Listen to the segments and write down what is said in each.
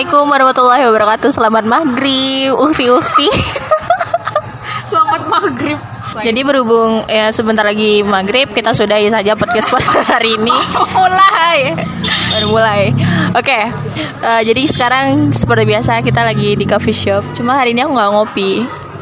Assalamualaikum warahmatullahi wabarakatuh. Selamat maghrib, ukti. Selamat maghrib. Jadi berhubung sebentar lagi maghrib, kita sudahi saja podcast hari ini. Baru mulai. Oke. Jadi sekarang seperti biasa kita lagi di coffee shop. Cuma hari ini aku nggak ngopi.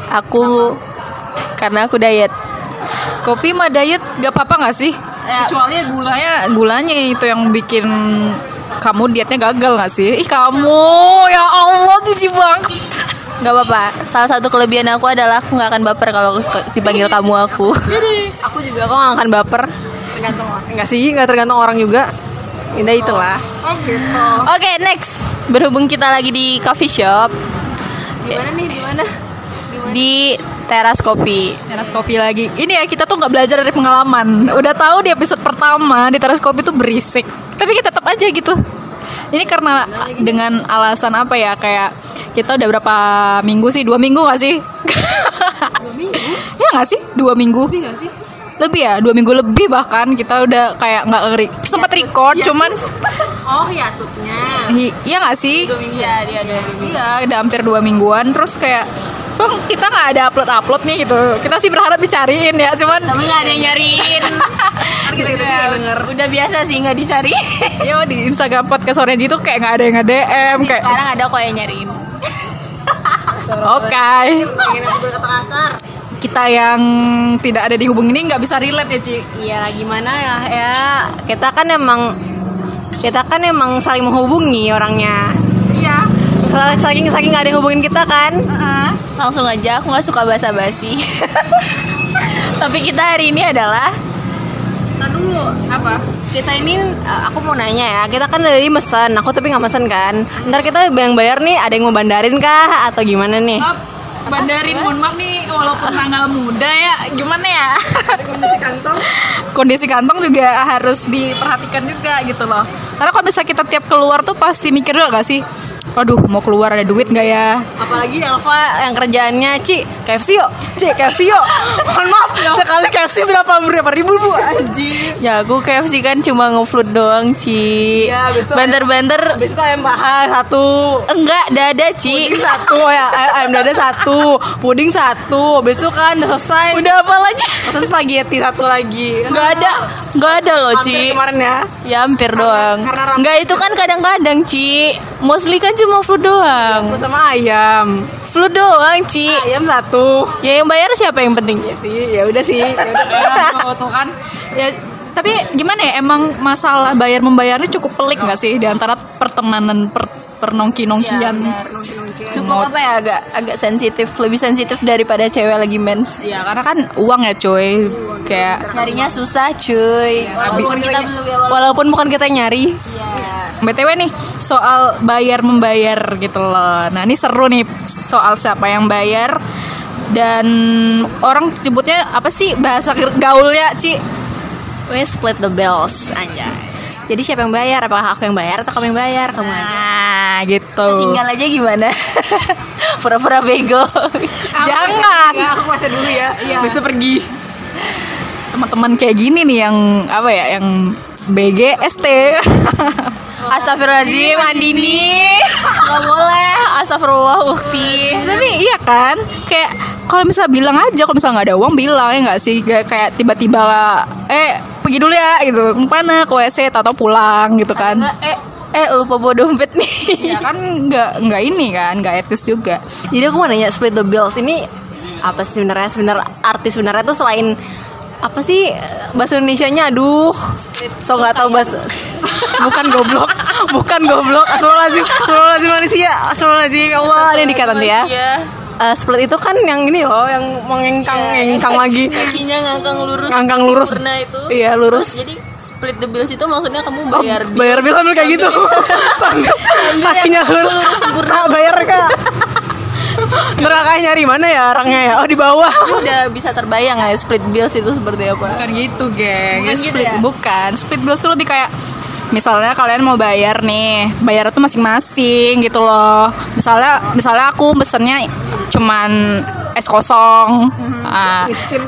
Karena aku diet. Kopi mah diet gak apa-apa gak sih? Kecuali gulanya itu yang bikin kamu dietnya gagal gak sih? Ih kamu, ya Allah jijik banget. Gak apa-apa. Salah satu kelebihan aku adalah aku gak akan baper kalau dipanggil kamu aku. Aku juga gak akan baper. Tergantung orang. Enggak sih, gak tergantung orang juga. Indah itulah. Oke, next. Berhubung kita lagi di coffee shop. Dimana? Di teras kopi. Teras kopi lagi. Ini ya kita tuh nggak belajar dari pengalaman. Udah tahu di episode pertama di teras kopi tuh berisik, tapi kita tetap aja gitu. Ini karena dengan alasan apa ya? Kayak kita udah berapa minggu sih? 2 minggu nggak sih? 2 minggu? Ya nggak sih? 2 minggu? Lebih gak sih? Lebih ya? 2 minggu lebih bahkan kita udah kayak nggak sempat record, cuman Oh hiatusnya. iya nggak sih? 2 minggu ya dia 2 minggu. Iya, udah hampir 2 mingguan. Terus kayak Bang, kita nggak ada upload nih gitu. Kita sih berharap dicariin ya, cuman Tapi gak ada yang nyariin. Kita denger. Udah biasa sih gak dicari. ya di Instagram podcast Orange itu kayak nggak ada yang nge-DM kayak. Sekarang ada kok yang nyariin. Oke. Pengen aku berkata kasar. Kita yang tidak ada di hubung ini nggak bisa relate ya, Ci. Iya gimana ya kita kan emang saling menghubungi orangnya. Iya. Saking gak ada yang hubungin kita kan. Langsung aja, aku gak suka basa-basi. Tapi kita hari ini adalah Ntar dulu. Apa? Kita ini aku mau nanya ya. Kita kan dari mesen, aku tapi gak mesen kan. Ntar kita yang bayar nih ada yang mau bandarin kah atau gimana nih? Bandarin, mohon maaf nih, walaupun tanggal muda ya, gimana ya? Kondisi kantong juga harus diperhatikan juga gitu loh. Karena kalau bisa kita tiap keluar tuh pasti mikir dulu gak sih? Aduh, mau keluar ada duit gak ya? Apalagi Alfa yang kerjaannya KFC yuk. Mohon maaf, sekali KFC berapa ribu Bu? Anjir. ya aku KFC kan cuma nge-float doang, Ci. Iya, habis itu Banter-banter. Habis itu ayam paha 1. Enggak, dada, Ci. Puding 1 ya, ayam dada 1, puding 1. Habis itu kan udah selesai. Udah apa lagi? Pesan spaghetti 1 lagi. Enggak ada loh, Ci. Kemarin ya. Ya hampir doang. karena rame. Enggak, itu kan kadang-kadang, Ci. Mostly kan cuma float doang. Sama ayam. Float doang, Ci. Ayam 1. Ya yang bayar siapa yang penting? Ya udah sih. Tuh kan. Ya, tapi gimana ya? Emang masalah bayar membayarnya cukup pelik nggak sih di antara pertemanan pernongki-nongkian? Cukup apa ya, agak sensitif, lebih sensitif daripada cewek lagi mens. Iya, karena kan uang ya, coy. Kayak Nyarinya susah, cuy. Walaupun bukan kita yang nyari. BTW nih, soal bayar membayar gitu loh. Nah, ini seru nih soal siapa yang bayar dan orang nyebutnya apa sih bahasa gaulnya, Ci? We split the bills, anjay. Jadi siapa yang bayar? Apakah aku yang bayar atau kamu yang bayar? Kamu aja. Nah, gitu. Tinggal aja gimana? Pura-pura bego. Jangan. Aku puasa dulu ya. Iya. Habis itu pergi. Teman-teman kayak gini nih yang apa ya, yang BGST. Astagfirullahaladzim, Andini. Gak boleh. Astagfirullah, ukti. Tapi iya kan, kayak kalau misalnya bilang aja, kalau misalnya nggak ada uang bilang ya nggak sih, kayak tiba-tiba pergi dulu ya gitu, mana ke WC atau pulang gitu kan. Lupa bawa dompet nih. Ya kan nggak ini kan, nggak etis juga. Jadi aku mau nanya split the bills ini apa sih sebenarnya arti sebenarnya tuh selain apa sih bahasa Indonesianya? Aduh, so nggak tahu bahasa. Bukan goblok. Astagfirullahaladzim manusia. Astagfirullahaladzim, ya Allah, ada yang dikat nanti ya. Split itu kan yang ini loh, yang mengengkang lagi. Kakinya Ngangkang lurus. Pernah itu. Iya, lurus. Jadi split the bills itu maksudnya kamu bayar bills. Bayar bil sambil kayak gitu. Kakinya lurus sempurna. Bayar Kak. Nerakanya nyari mana ya orangnya ya? Oh, di bawah. Udah bisa terbayang ya split bills itu seperti apa? Bukan gitu, geng. Bukan Split gitu ya? bukan. Split bills tuh lebih kayak misalnya kalian mau bayar nih, bayar tuh masing-masing gitu loh. Misalnya aku pesennya cuman es kosong. Miskin.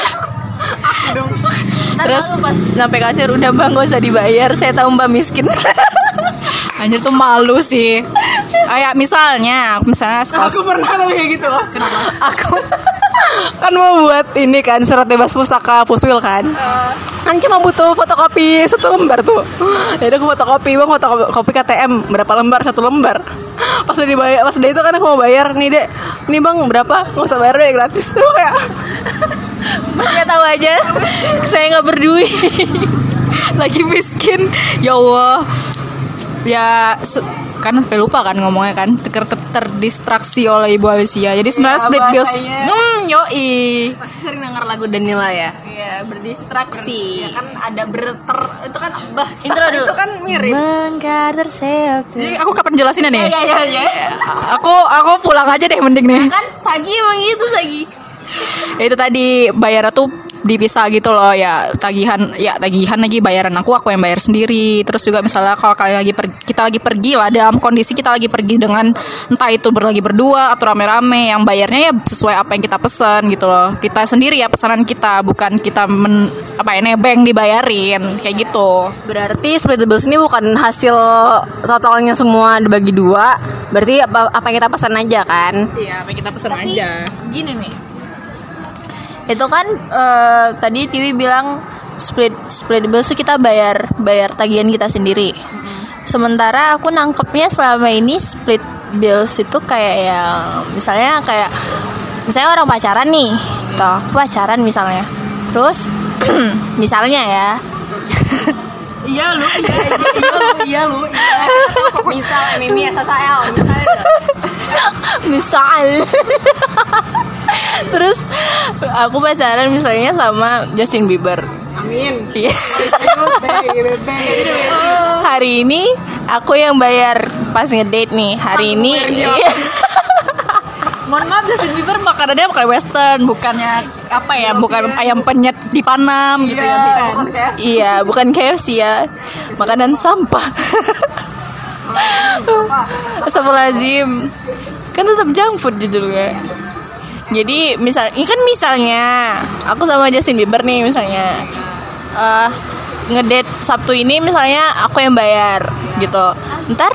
Terus pas sampai kasir, udah Mbak, gak usah dibayar, saya tahu Mbak miskin. Anjir tuh malu sih. Kayak misalnya sekos. Aku pernah tapi kayak gitu loh. Aku kan mau buat ini kan surat bebas pustaka Puswil kan. Kan cuma butuh fotokopi 1 lembar tuh. Jadi aku fotokopi, Bang, fotokopi KTM berapa lembar? 1 lembar. Pas udah dibayar, pas udah itu kan aku mau bayar nih, Dek. Nih, Bang, berapa? Nggak usah bayar deh, gratis. Tuh kayak Ya tahu aja saya nggak berduit. Lagi miskin. Ya Allah. Ya kan sampai lupa kan ngomongnya kan terdistraksi oleh Ibu Alicia. Jadi sebenarnya split bills. Yoi. pasti sering denger lagu Danila ya. Iya, berdistraksi. Ya kan ada itu kan Intro dulu. itu kan mirip. Mengkader Jadi aku kapan jelasinnya nih? Iya. Aku pulang aja deh mending nih. Kan Sagi emang gitu Sagi. Ya, itu tadi bayarnya tuh dipisah gitu loh ya, tagihan lagi bayaran aku yang bayar sendiri. Terus juga misalnya kalau kalian kita lagi pergi lah, dalam kondisi kita lagi pergi dengan entah itu lagi berdua atau rame-rame, yang bayarnya ya sesuai apa yang kita pesan gitu loh. Kita sendiri ya pesanan kita, bukan kita nebeng dibayarin kayak gitu. Berarti split bills ini bukan hasil totalnya semua dibagi 2. Berarti apa yang kita pesan aja kan? Iya, apa yang kita pesan aja. Gini nih. Itu kan tadi Tiwi bilang split bills itu kita bayar tagihan kita sendiri. Sementara aku nangkepnya selama ini split bills itu kayak yang misalnya orang pacaran nih. Toh, pacaran misalnya. Terus misalnya ya. Iya lu. Misal ini SSL Misal. Terus aku pacaran misalnya sama Justin Bieber. Amin. Iya. Hari ini aku yang bayar pas ngedate nih. Hari ini. Iya. Mohon maaf, Justin Bieber makanannya pakai western, bukannya bukan ayam penyet di Panam gitu ya, bukan. Iya, bukan KFC ya. Makanan sampah. Astagfirullahaladzim. Kan tetap junk food judulnya. Jadi misalnya aku sama Justin Bieber nih misalnya ngedate Sabtu ini misalnya aku yang bayar gitu. Ntar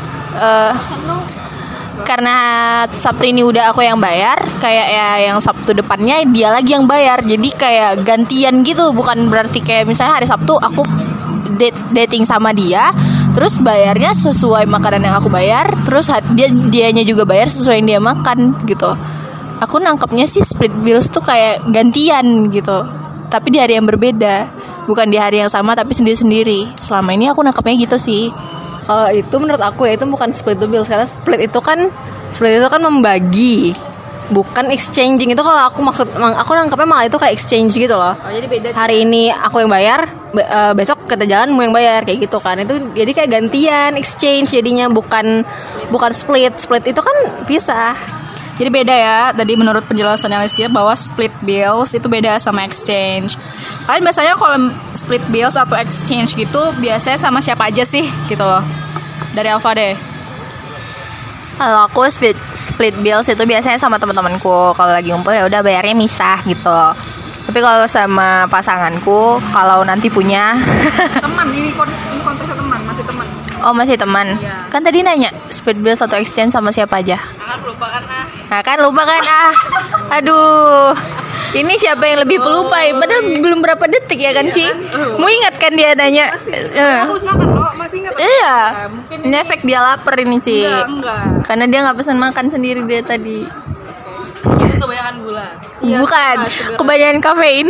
karena Sabtu ini udah aku yang bayar, kayak ya yang Sabtu depannya dia lagi yang bayar. Jadi kayak gantian gitu, bukan berarti kayak misalnya hari Sabtu aku dating sama dia, terus bayarnya sesuai makanan yang aku bayar, terus dianya juga bayar sesuai yang dia makan gitu. Aku nangkepnya sih split bills tuh kayak gantian gitu, tapi di hari yang berbeda, bukan di hari yang sama tapi sendiri-sendiri. Selama ini aku nangkepnya gitu sih. Kalau itu menurut aku ya itu bukan split the bills, karena split itu kan membagi, bukan exchanging. Itu kalau aku nangkepnya malah itu kayak exchange gitu loh. Oh, jadi beda. Hari ini aku yang bayar, besok kita jalan mau yang bayar kayak gitu kan. Itu jadi kayak gantian, exchange jadinya, bukan split. Split itu kan pisah. Jadi beda ya, tadi menurut penjelasan Alicia bahwa split bills itu beda sama exchange. Kalian biasanya kalau split bills atau exchange gitu biasanya sama siapa aja sih gitu loh? Dari Alfa deh. Kalau aku split bills itu biasanya sama teman-temanku. Kalau lagi ngumpul ya udah bayarnya misah gitu. Tapi kalau sama pasanganku, kalau nanti punya Teman, ini konteksnya teman, masih teman. Oh, masih teman. Iya. Kan tadi nanya split bills atau exchange sama siapa aja. Lupa kan Aduh. Ini siapa yang lebih pelupa ya? Padahal belum berapa detik ya kan, Ci? Mau ingat kan dia nanya? Masih ingat. Iya. Mungkin Ini efek dia lapar ini, Ci. Enggak. Karena dia nggak pesan makan sendiri dia tadi. Kebanyakan gula. Bukan, kebanyakan kafein.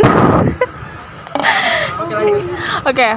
Oke.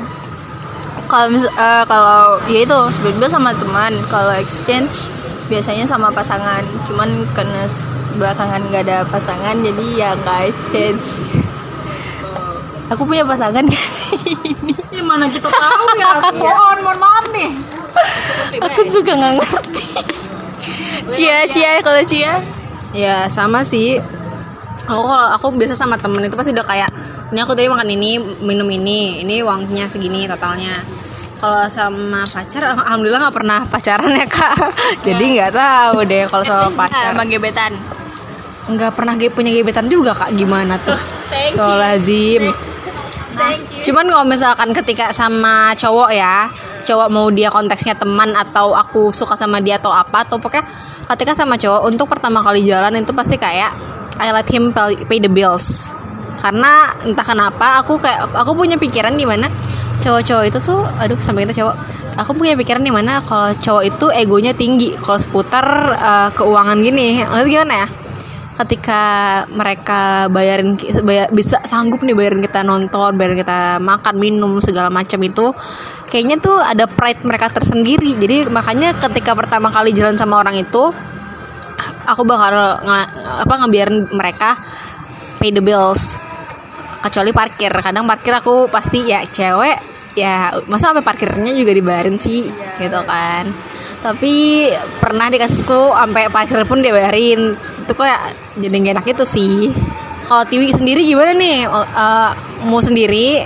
Kalau ya itu split bill sama teman. Kalau exchange biasanya sama pasangan. Cuman karena belakangan nggak ada pasangan, jadi ya nggak exchange. Aku punya pasangan gak sih ini? Ya mana kita tahu ya. Mohon maaf nih. Aku juga nggak ngerti. Cia kalau Cia? Ya sama sih. Kalau aku biasa sama temen itu pasti udah kayak, ini aku tadi makan ini, minum ini uangnya segini totalnya. Kalau sama pacar, alhamdulillah nggak pernah pacaran ya Kak. Jadi nggak tahu deh kalau sama pacar. Sama gebetan. Nggak pernah punya gebetan juga Kak, gimana tuh? Thank you. Cuman kalau misalkan ketika sama cowok ya, cowok, mau dia konteksnya teman atau aku suka sama dia atau apa, atau pokoknya ketika sama cowok untuk pertama kali jalan itu pasti kayak I let him pay the bills. Karena entah kenapa aku punya pikiran di mana cowok-cowok itu tuh, sampai kita cowok, aku punya pikiran di mana kalau cowok itu egonya tinggi kalau seputar keuangan gini. Itu gimana ya? Ketika mereka bisa sanggup nih bayarin kita nonton, bayarin kita makan, minum, segala macam itu, kayaknya tuh ada pride mereka tersendiri. Jadi makanya ketika pertama kali jalan sama orang itu, aku bakal ngebiarin mereka pay the bills. Kecuali parkir. Kadang parkir aku pasti ya cewek, ya masa sampai parkirnya juga dibayarin sih, gitu kan. Tapi pernah di kasusku sampai parkir pun dia bayarin. Itu kok ya jadi gak enak itu sih. Kalau Tiwi sendiri gimana nih? Mau sendiri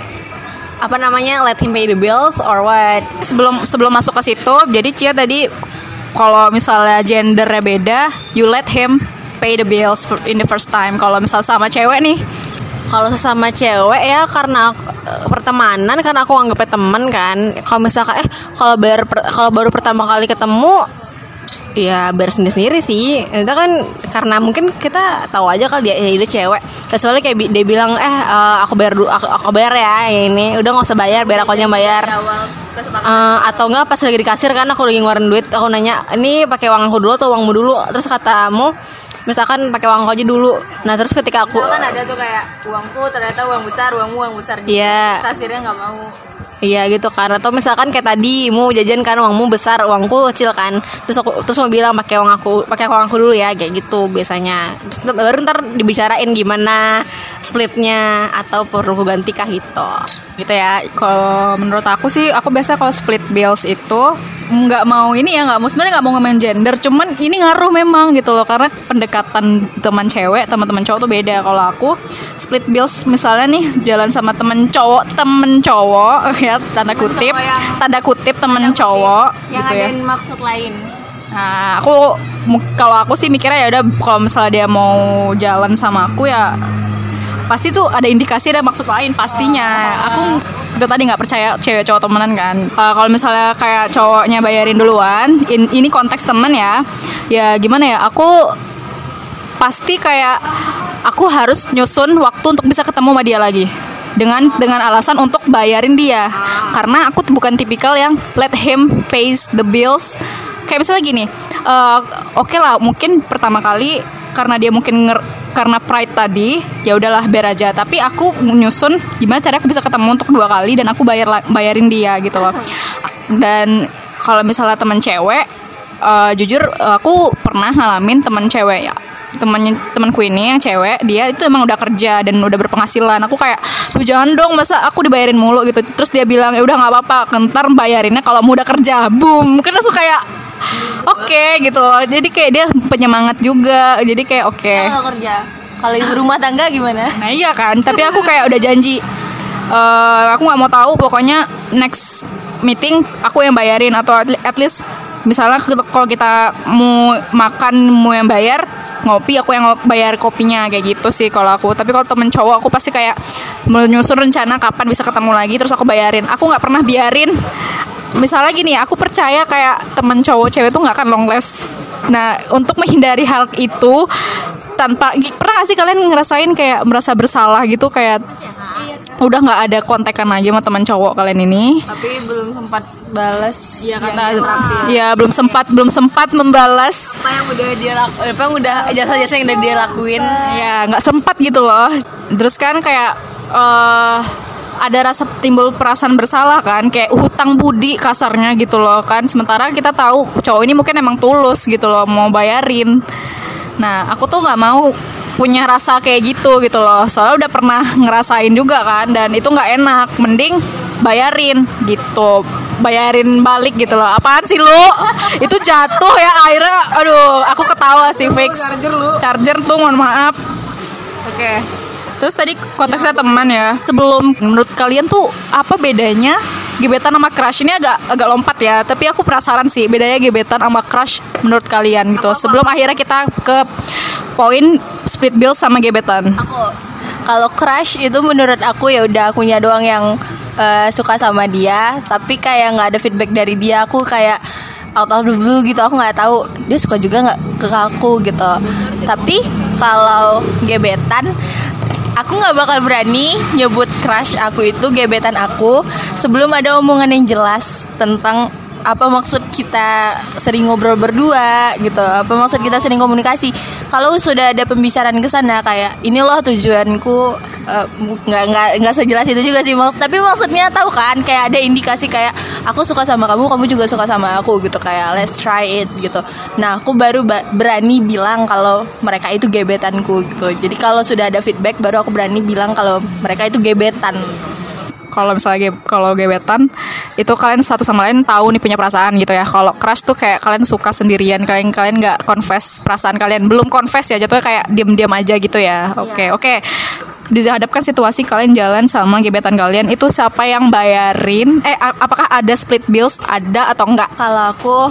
let him pay the bills or what? Sebelum masuk ke situ, jadi Cia tadi kalau misalnya gendernya beda, you let him pay the bills in the first time. Kalau misal sama cewek nih, kalau sesama cewek ya karena pertemanan, karena aku anggapnya teman kan. Kalau misalkan kalau baru pertama kali ketemu ya bayar sendiri sih. Itu kan karena mungkin kita tahu aja kalau dia cewek. Kecuali kayak dia bilang aku bayar ya ini, udah nggak usah bayar, biar aku aja yang bayar. Atau enggak pas lagi di kasir kan aku lagi ngeluarin duit, aku nanya ini pakai uang aku dulu atau uangmu dulu, terus katamu misalkan pakai uang aku aja dulu. Nah terus ketika aku kan ada tuh kayak uangku ternyata uang besar, uangmu uang besar gitu. Iya. Kasirnya nggak mau. Iya gitu kan. Atau misalkan kayak tadi mau jajan kan, uangmu besar, uangku kecil kan. Terus mau bilang pakai uang aku dulu ya, kayak gitu biasanya. Terus baru ntar dibicarain gimana splitnya atau perlu ganti kah gitu ya. Kalau menurut aku sih, aku biasa kalau split bills itu nggak mau sebenarnya nggak mau ngomongin gender, cuman ini ngaruh memang gitu loh, karena pendekatan teman cewek teman-teman cowok tuh beda. Kalau aku split bills misalnya nih jalan sama temen cowok ya tanda kutip temen cowok yang gitu ya. Ada maksud lain. Nah kalau aku sih mikirnya ya udah, kalau misalnya dia mau jalan sama aku ya pasti tuh ada indikasi, ada maksud lain pastinya. Aku itu tadi nggak percaya cewek cowok temenan kan. Kalau misalnya kayak cowoknya bayarin duluan, ini konteks temen ya gimana ya, aku pasti kayak aku harus nyusun waktu untuk bisa ketemu sama dia lagi dengan alasan untuk bayarin dia, karena aku tuh bukan tipikal yang let him pays the bills. Kayak misalnya gini, oke lah mungkin pertama kali karena dia mungkin karena pride tadi, ya udahlah biar aja. Tapi aku nyusun gimana cara aku bisa ketemu untuk 2 kali dan aku bayarin dia gitu loh. Dan kalau misalnya teman cewek, jujur aku pernah ngalamin teman cewek ya, temanku ini yang cewek, dia itu emang udah kerja dan udah berpenghasilan. Aku kayak, jangan dong masa aku dibayarin mulu gitu. Terus dia bilang ya udah nggak apa-apa, ntar bayarinnya kalau mau udah kerja. Boom, karena suka kayak oke, gitu loh. Jadi kayak dia penyemangat juga. Jadi kayak oke. Kalau kerja, kalau ibu rumah tangga gimana? Nah iya kan, tapi aku kayak udah janji, aku nggak mau tahu, pokoknya next meeting aku yang bayarin, atau at least misalnya kalau kita mau makan mau yang bayar, ngopi aku yang bayar kopinya, kayak gitu sih kalau aku. Tapi kalau temen cowok aku pasti kayak menyusun rencana kapan bisa ketemu lagi, terus aku bayarin. Aku nggak pernah biarin. Misalnya gini, aku percaya kayak temen cowok cewek tuh nggak akan long last. Nah untuk menghindari hal itu, pernah gak sih kalian ngerasain kayak merasa bersalah gitu, kayak udah nggak ada kontekan lagi sama teman cowok kalian ini, tapi belum sempat balas ya kata ya belum sempat membalas apa yang udah dia jasa-jasa yang udah dia lakuin, ya nggak sempat gitu loh. Terus kan kayak ada rasa timbul perasaan bersalah kan, kayak hutang budi kasarnya gitu loh kan. Sementara kita tahu cowok ini mungkin emang tulus gitu loh mau bayarin. Nah aku tuh nggak mau punya rasa kayak gitu loh, soalnya udah pernah ngerasain juga kan, dan itu nggak enak. Mending bayarin gitu, bayarin balik gitu loh. Apaan sih lu? Itu jatuh ya akhirnya, aduh aku ketawa sih fix charger tuh, mohon maaf. Oke. Terus tadi konteksnya teman ya. Sebelum, menurut kalian tuh apa bedanya gebetan sama crush? Ini agak lompat ya, tapi aku penasaran sih bedanya gebetan sama crush menurut kalian gitu. Sebelum akhirnya kita ke poin split bill sama gebetan. Kalau crush itu menurut aku ya udah akunya doang yang suka sama dia, tapi kayak nggak ada feedback dari dia. Aku kayak out of the blue gitu, aku nggak tahu dia suka juga nggak ke aku gitu. Tapi kalau gebetan, aku nggak bakal berani nyebut crush aku itu gebetan aku sebelum ada omongan yang jelas tentang apa maksud kita sering ngobrol berdua gitu, apa maksud kita sering komunikasi. Kalau sudah ada pembicaraan ke sana kayak ini loh tujuanku, nggak sejelas itu juga sih, tapi maksudnya tahu kan, kayak ada indikasi kayak aku suka sama kamu, kamu juga suka sama aku gitu, kayak let's try it gitu. Nah aku baru berani bilang kalau mereka itu gebetanku gitu. Jadi kalau sudah ada feedback baru aku berani bilang kalau mereka itu gebetan. Kalau misalnya kalau gebetan itu kalian satu sama lain tahu nih punya perasaan gitu ya. Kalau crush tuh kayak kalian suka sendirian, kalian nggak confess perasaan kalian, belum confess ya, jatuhnya kayak diam-diam aja gitu ya. Oke. Dihadapkan situasi kalian jalan sama gebetan kalian, itu siapa yang bayarin? Apakah ada split bills, ada atau enggak? Kalau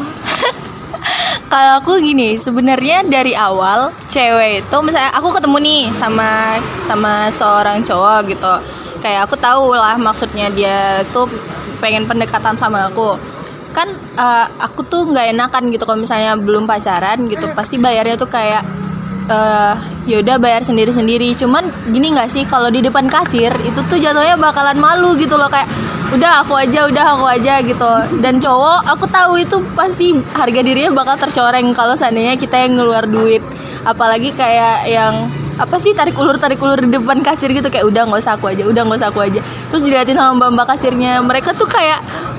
aku gini, sebenarnya dari awal cewek itu, misalnya aku ketemu nih sama seorang cowok gitu, kayak aku tahu lah maksudnya dia tuh pengen pendekatan sama aku kan. Aku tuh nggak enakan gitu kalau misalnya belum pacaran gitu, pasti bayarnya tuh kayak yaudah bayar sendiri. Cuman gini nggak sih, kalau di depan kasir itu tuh jatuhnya bakalan malu gitu loh, kayak udah aku aja gitu. Dan cowok aku tahu itu pasti harga dirinya bakal tercoreng kalau seandainya kita yang ngeluar duit, apalagi kayak yang apa sih tarik ulur di depan kasir gitu, kayak udah nggak usah aku aja. Terus diliatin sama mbak kasirnya, mereka tuh kayak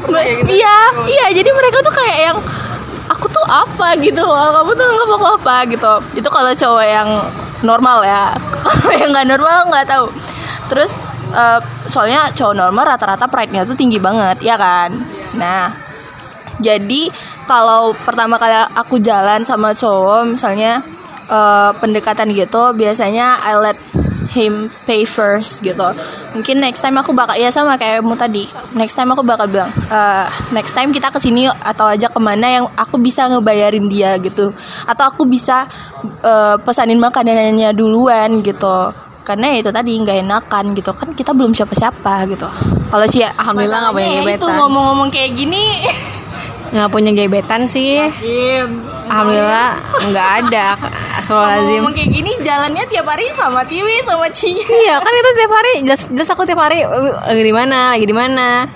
iya jadi mereka tuh kayak yang aku tuh apa gitu loh, kamu tuh nggak mau apa gitu. Itu kalau cowok yang normal ya. Kalau yang nggak normal aku nggak tahu. Terus soalnya cowok normal rata-rata pride-nya tuh tinggi banget ya kan. Nah jadi kalau pertama kali aku jalan sama cowok misalnya pendekatan gitu, biasanya I let him pay first gitu. Mungkin next time aku bakal ya sama kayak kamu tadi, next time aku bakal bilang next time kita kesini atau ajak kemana yang aku bisa ngebayarin dia gitu, atau aku bisa pesanin makanannya duluan gitu, karena itu tadi nggak enakan gitu kan, kita belum siapa-siapa gitu. Kalau sih alhamdulillah nggak punya gebetan. Itu ngomong-ngomong kayak gini nggak punya gebetan sih. Alhamdulillah nggak ada. Astagfirullahaladzim. Ngomong kayak gini jalannya tiap hari sama Tiwi sama Ci. Iya kan itu tiap hari. Jelas aku tiap hari lagi di mana.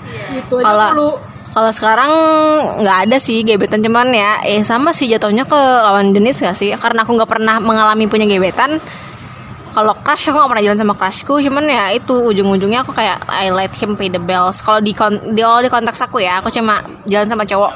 Kalau sekarang nggak ada sih gebetan, cuman ya sama sih jatuhnya ke lawan jenis nggak sih? Karena aku nggak pernah mengalami punya gebetan. Kalau crush aku nggak pernah jalan sama crushku, cuman ya itu ujung-ujungnya aku kayak I let him pay the bills. Kalau di konteks aku ya, aku cuma jalan sama cowok.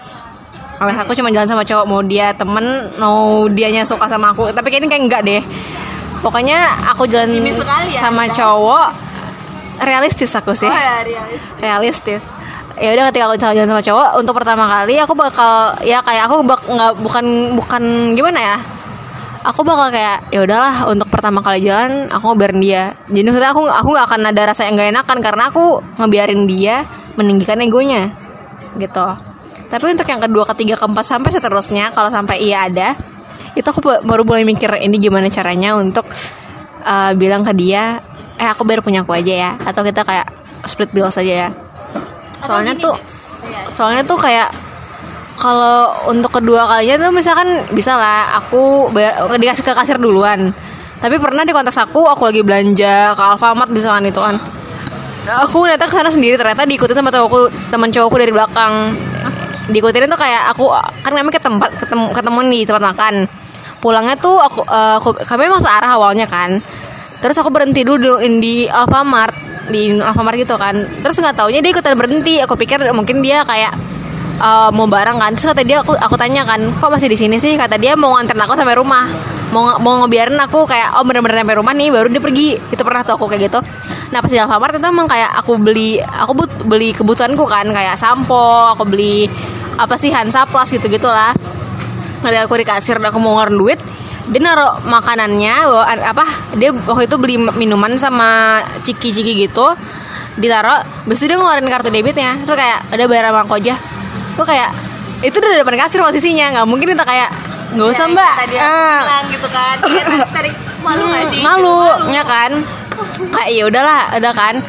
Aku cuma jalan sama cowok, mau dia temen, mau dianya suka sama aku. Tapi kayaknya kayak enggak deh. Pokoknya aku jalan sama cowok realistis aku sih. Realistis. Ya udah, ketika aku jalan sama cowok untuk pertama kali, aku bakal ya kayak aku bukan gimana ya? Aku bakal kayak ya udahlah, untuk pertama kali jalan aku ngebiarin dia. Jadi maksudnya aku nggak akan ada rasa yang nggak enakan karena aku ngebiarin dia meninggikan egonya gitu. Tapi untuk yang kedua, ketiga, keempat sampai seterusnya, kalau sampai iya ada, itu aku baru mulai mikir ini gimana caranya untuk bilang ke dia, aku biar punya aku aja ya, atau kita kayak split bill saja ya. Soalnya tuh kayak kalau untuk kedua kalinya tuh misalkan bisa lah aku dikasih ke kasir duluan. Tapi pernah di konteks aku lagi belanja ke Alfamart misalkan itu kan, aku ternyata kesana sendiri, ternyata diikutin sama teman cowokku dari belakang. Diikutin tuh kayak aku kan kami ketemu di tempat makan. Pulangnya tuh kami emang searah awalnya kan. Terus aku berhenti dulu di Alfamart gitu kan. Terus nggak taunya dia ikutan berhenti. Aku pikir mungkin dia kayak mau bareng kan. Terus kata dia, aku tanya kan, kok masih di sini sih? Kata dia mau nganterin aku sampai rumah, mau ngebiarin aku kayak bener-bener sampai rumah nih baru dia pergi. Itu pernah tuh aku kayak gitu. Nah pas di Alfamart itu emang kayak aku beli kebutuhanku kan, kayak sampo, aku beli Hansaplast gitu-gitulah. Nanti aku di kasir, aku mau ngeluarin duit, dia naruh makanannya, dia waktu itu beli minuman sama ciki gitu, ditaruh, habis itu dia ngeluarin kartu debitnya. Terus kayak udah bayar sama aku aja. Tuh kayak itu udah depan kasir posisinya, nggak mungkin kita kayak nggak usah mbak, bilang gitu kan, tarik malu nggak sih? Malu ya kan, kayak ya udahlah, udah kan.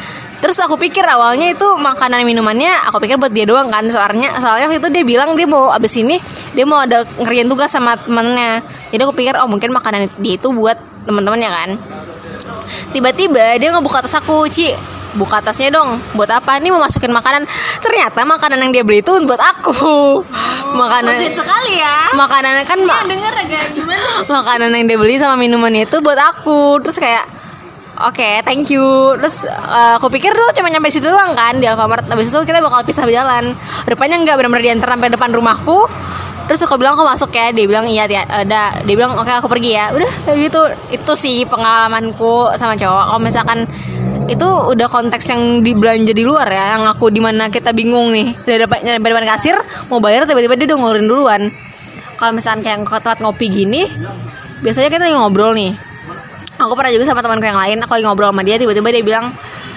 Terus aku pikir awalnya itu makanan minumannya aku pikir buat dia doang kan. Soalnya waktu itu dia bilang dia mau abis ini dia mau ada ngerjain tugas sama temennya. Jadi aku pikir mungkin makanan dia itu buat teman-temannya kan. Tiba-tiba dia ngebuka tas aku, Ci, buka tasnya dong. Buat apa? Ini mau masukin makanan. Ternyata makanan yang dia beli itu buat aku. Makanan Sweet sekali ya. Makanannya kan Denger agak gimana? makanan yang dia beli sama minumannya itu buat aku. Terus kayak oke, thank you. Terus aku pikir tuh cuma nyampe situ doang kan di Alfamart. Habis itu kita bakal pisah jalan. Rupanya enggak, benar-benar diantar sampai depan rumahku. Terus aku bilang aku masuk ya. Dia bilang iya, udah. Dia bilang oke, aku pergi ya. Udah kayak gitu. Itu sih pengalamanku sama cowok. Kalau misalkan itu udah konteks yang dibelanja di luar ya, yang aku di mana kita bingung nih. Udah depan kasir mau bayar, tiba-tiba dia udah ngeluarin duluan. Kalau misalkan kayak tempat ngopi gini, biasanya kita lagi ngobrol nih. Aku pernah juga sama temanku yang lain, aku lagi ngobrol sama dia, tiba-tiba dia bilang,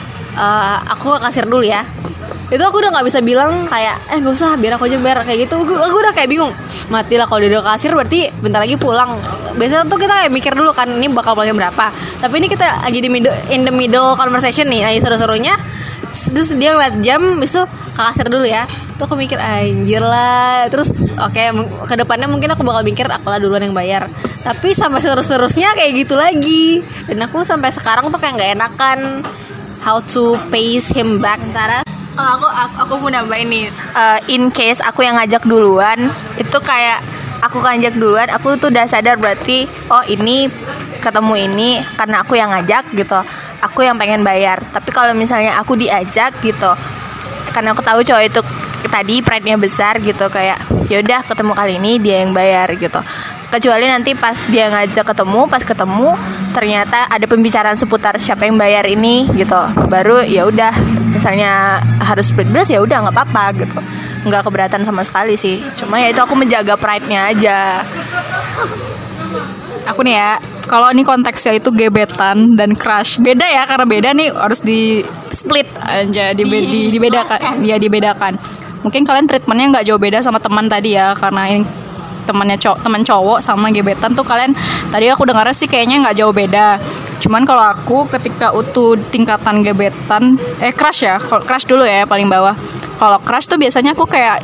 aku ke kasir dulu ya. Itu aku udah nggak bisa bilang kayak nggak usah, biar aku aja bayar kayak gitu. Aku udah kayak bingung, matilah kalau dia udah kasir berarti bentar lagi pulang. Biasanya tuh kita kayak mikir dulu kan, ini bakal pulangnya berapa. Tapi ini kita lagi in the middle conversation nih, lagi seru-serunya. Terus dia ngeliat jam, habis itu ke kasir dulu ya. Tuh aku mikir anjir lah. Terus oke, kedepannya mungkin aku bakal mikir aku lah duluan yang bayar. Tapi sampai seterusnya kayak gitu lagi. Dan aku sampai sekarang tuh kayak nggak enakan how to pays him back. Sementara aku mau nambahin nih, in case aku yang ngajak duluan, itu kayak aku ngajak duluan, aku tuh udah sadar berarti ini ketemu ini karena aku yang ngajak gitu, aku yang pengen bayar. Tapi kalau misalnya aku diajak gitu, karena aku tahu cowok itu tadi pride-nya besar gitu, kayak yaudah ketemu kali ini dia yang bayar gitu. Kecuali nanti pas dia ngajak ketemu, pas ketemu ternyata ada pembicaraan seputar siapa yang bayar ini gitu, baru ya udah, misalnya harus split bills ya udah nggak apa-apa gitu, nggak keberatan sama sekali sih. Cuma ya itu aku menjaga pride-nya aja. Aku nih ya, kalau ini konteksnya itu gebetan dan crush, beda ya, karena beda nih harus di split aja, dibedakan. Ya dibedakan. Mungkin kalian treatmentnya nggak jauh beda sama teman tadi ya, karena ini teman cowok sama gebetan tuh kalian tadi aku dengar sih kayaknya nggak jauh beda. Cuman kalau aku ketika utuh tingkatan gebetan, crush ya, crush dulu ya paling bawah. Kalau crush tuh biasanya aku kayak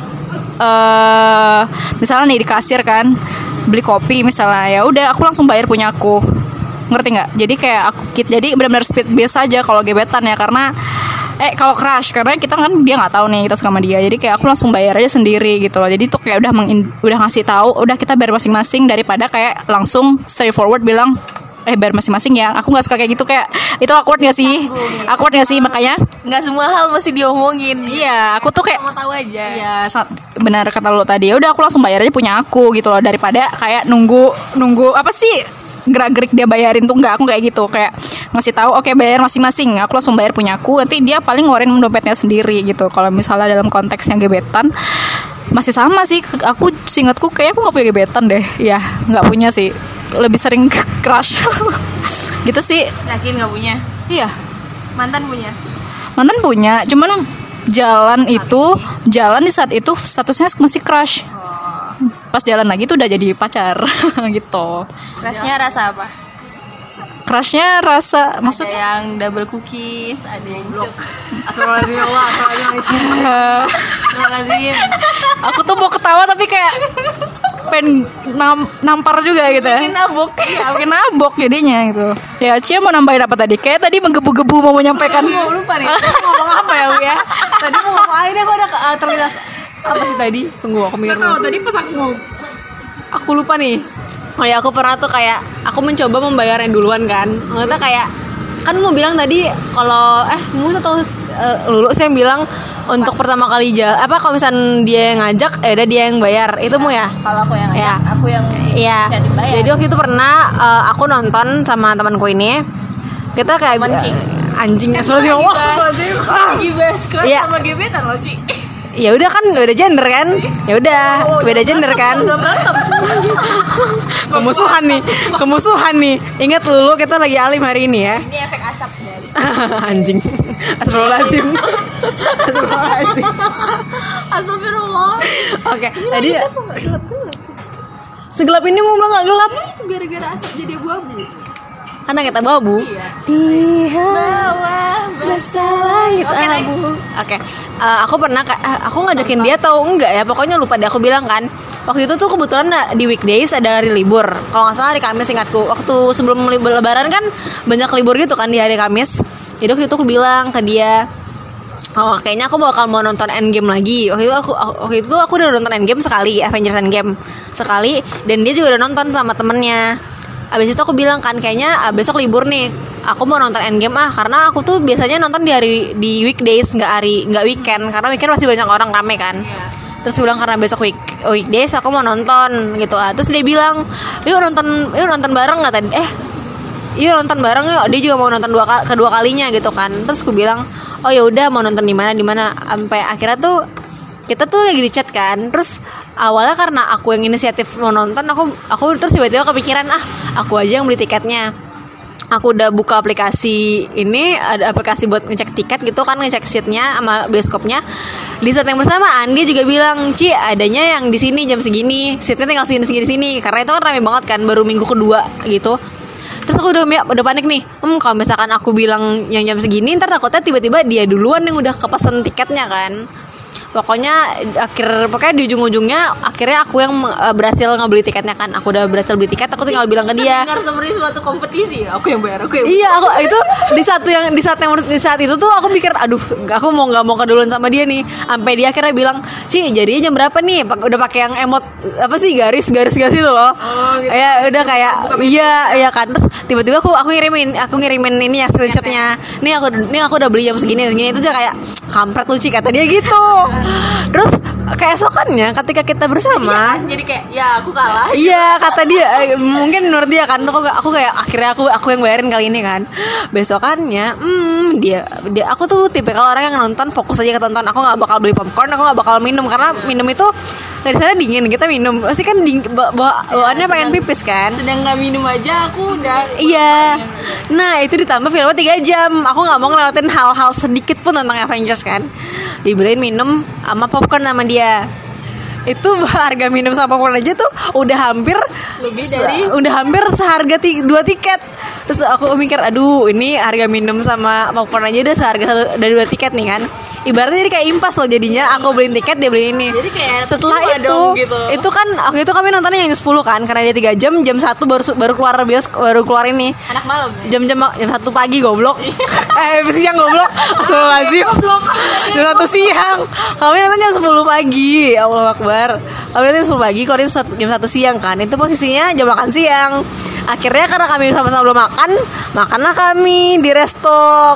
misalnya nih di kasir kan, beli kopi misalnya, ya udah aku langsung bayar punya aku, ngerti nggak? Jadi kayak aku jadi benar-benar speed biasa aja kalau gebetan ya, karena kalau crush karena kita kan dia nggak tahu nih kita suka sama dia, jadi kayak aku langsung bayar aja sendiri gitu loh. Jadi tuh kayak udah ngasih tahu, udah kita bayar masing-masing daripada kayak langsung straightforward bilang bayar masing-masing ya. Aku nggak suka kayak gitu, kayak itu awkward nggak sih? Awkward nggak sih? Makanya Nggak semua hal mesti diomongin. iya, aku tuh kayak Mau tahu aja. iya, benar kata lo tadi. Ya udah aku langsung bayar aja punya aku gitu loh, daripada kayak nunggu apa sih gerak-gerik dia bayarin tuh. Enggak, aku kayak gitu, kayak ngasih tahu oke bayar masing-masing, aku langsung bayar punya aku, nanti dia paling ngeluarin dompetnya sendiri gitu. Kalau misalnya dalam konteksnya gebetan masih sama sih, aku seingatku kayak aku nggak punya gebetan deh ya, nggak punya sih, lebih sering crush gitu sih. Yakin nggak punya? Iya, Mantan punya? mantan punya, cuman jalan di saat itu statusnya masih crush, pas jalan lagi tuh udah jadi pacar gitu. Crushnya rasa apa? Crushnya rasa Ada maksudnya yang double cookies, ada yang blok. Astagfirullahaladzim ya Allah, Astagfirullahaladzim. aku tuh mau ketawa tapi kayak pengen nampar juga gitu ya. Bikin nabok. Ya, bikin nabok jadinya gitu. Ya, Cia mau nambahin apa tadi? Kayak tadi menggebu-gebu mau menyampaikan. Mau lupa nih, aku ngomong apa ya Bu ya? Tadi mau ngomong ini aku ada terlintas apa sih tadi? Tunggu aku mikir dulu. Tadi pas aku mau Aku lupa nih. Oh ya, aku pernah tuh kayak aku mencoba membayarnya duluan kan. Maksudnya kayak kan mau bilang tadi kalau mau atau Lulu sih yang bilang untuk pertama kali kalau misalnya dia yang ngajak udah dia yang bayar. Itu mu ya? Kalau aku yang ngajak, Ya. aku yang Iya. jadi bayar. Jadi waktu itu pernah aku nonton sama temanku ini. Kita kayak anjing Lagi bahas crush Iya. sama gebetan loh, Ci. Ya udah kan beda gender kan? Ya udah beda gender kan? Kemusuhan nih. Ingat Lulu, kita lagi alim hari ini ya. Ini efek asap dari Anjing. Astagfirullahaladzim. Astagfirullah. Oke, tadi segelap ini mau bilang nggak gelap. Itu gara-gara asap jadi abu-abu. Kan langit abu-abu. Di bawah basah langit abu. Oke. Aku pernah aku ngajakin dia atau enggak ya, pokoknya lupa deh. Aku bilang kan, waktu itu tuh kebetulan di weekdays ada hari libur. Kalau nggak salah hari Kamis, ingatku. Waktu sebelum Lebaran kan banyak libur gitu kan di hari Kamis. Jadi waktu itu aku bilang ke dia, oh kayaknya aku bakal mau nonton Endgame lagi. Waktu itu aku udah nonton Endgame sekali, Avengers Endgame sekali, dan dia juga udah nonton sama temennya. Abis itu aku bilang kan, kayaknya besok libur nih, aku mau nonton Endgame karena aku tuh biasanya nonton di weekdays, nggak weekend, karena weekend masih banyak orang rame kan. Terus gue bilang karena besok weekdays aku mau nonton gitu. Terus dia bilang, yuk nonton bareng nggak tadi? Yuk nonton bareng yuk. Dia juga mau nonton kedua kalinya gitu kan. Terus gue bilang, oh ya udah, mau nonton di mana sampai akhirnya tuh kita tuh lagi di chat kan. Terus awalnya karena aku yang inisiatif mau nonton, aku terus tiba-tiba kepikiran, aku aja yang beli tiketnya. Aku udah buka aplikasi ini, ada aplikasi buat ngecek tiket gitu kan, ngecek seatnya sama bioskopnya. Di saat yang bersamaan dia juga bilang, Ci adanya yang di sini jam segini, seatnya tinggal segini, karena itu kan rame banget kan, baru minggu kedua gitu. Terus aku udah panik nih, kalau misalkan aku bilang yang jam segini, ntar takutnya tiba-tiba dia duluan yang udah kepesen tiketnya kan. Pokoknya di ujung-ujungnya akhirnya aku yang berhasil ngebeli tiketnya kan. Aku udah berhasil beli tiket, aku tinggal bilang ke dia. Dengar seperti suatu kompetisi. Aku yang bayar. Iya, aku itu di saat itu tuh aku pikir, aduh, aku nggak mau keduluan sama dia nih. Sampai dia akhirnya bilang, "Ci, jadinya jam berapa nih?" Udah pakai yang emot apa sih, garis itu loh. Oh, gitu. Ya udah kayak iya kan. Terus tiba-tiba aku ngirimin ini ya, screenshotnya. Nih aku udah beli jam segini. Itu aja kayak, kampret lu Ci, kata dia gitu. Terus keesokannya ketika kita bersama, jadi kayak ya aku kalah. Iya, kata dia, mungkin menurut dia kan, aku kayak akhirnya aku yang bayarin kali ini kan. Besokannya dia aku tuh tipe kalau orang yang nonton fokus aja ke tonton. Aku nggak bakal beli popcorn, aku nggak bakal minum, karena minum itu di sana dingin, kita minum pasti kan bawaannya pengen pipis kan. Sedang nggak minum aja aku udah. Iya. Nah itu ditambah filmnya 3 jam. Aku nggak mau ngelewatin hal-hal sedikit pun tentang Avengers kan. Dibeliin minum sama popcorn sama dia. Itu harga minum sama popcorn aja tuh udah hampir seharga 2 tiket. Terus aku mikir, aduh ini harga minum sama popcorn aja udah seharga 2 tiket nih kan. Ibaratnya jadi kayak impas loh jadinya. Aku beliin tiket, dia beli ini. Jadi kayak setelah gitu. Itu kan waktu itu kami nontonnya yang 10 kan, karena dia 3 jam 1 baru keluar ini. Anak malam Jam ya? 1 pagi goblok. Siang goblok. Astagfirullahaladzim. Jam 1 siang. Kami nonton jam 10 pagi. Allahu Akbar. Kami nonton jam 10 pagi, keluarin jam 1 siang kan. Itu posisinya jam makan siang. Akhirnya karena kami sama-sama belum makanlah kami di resto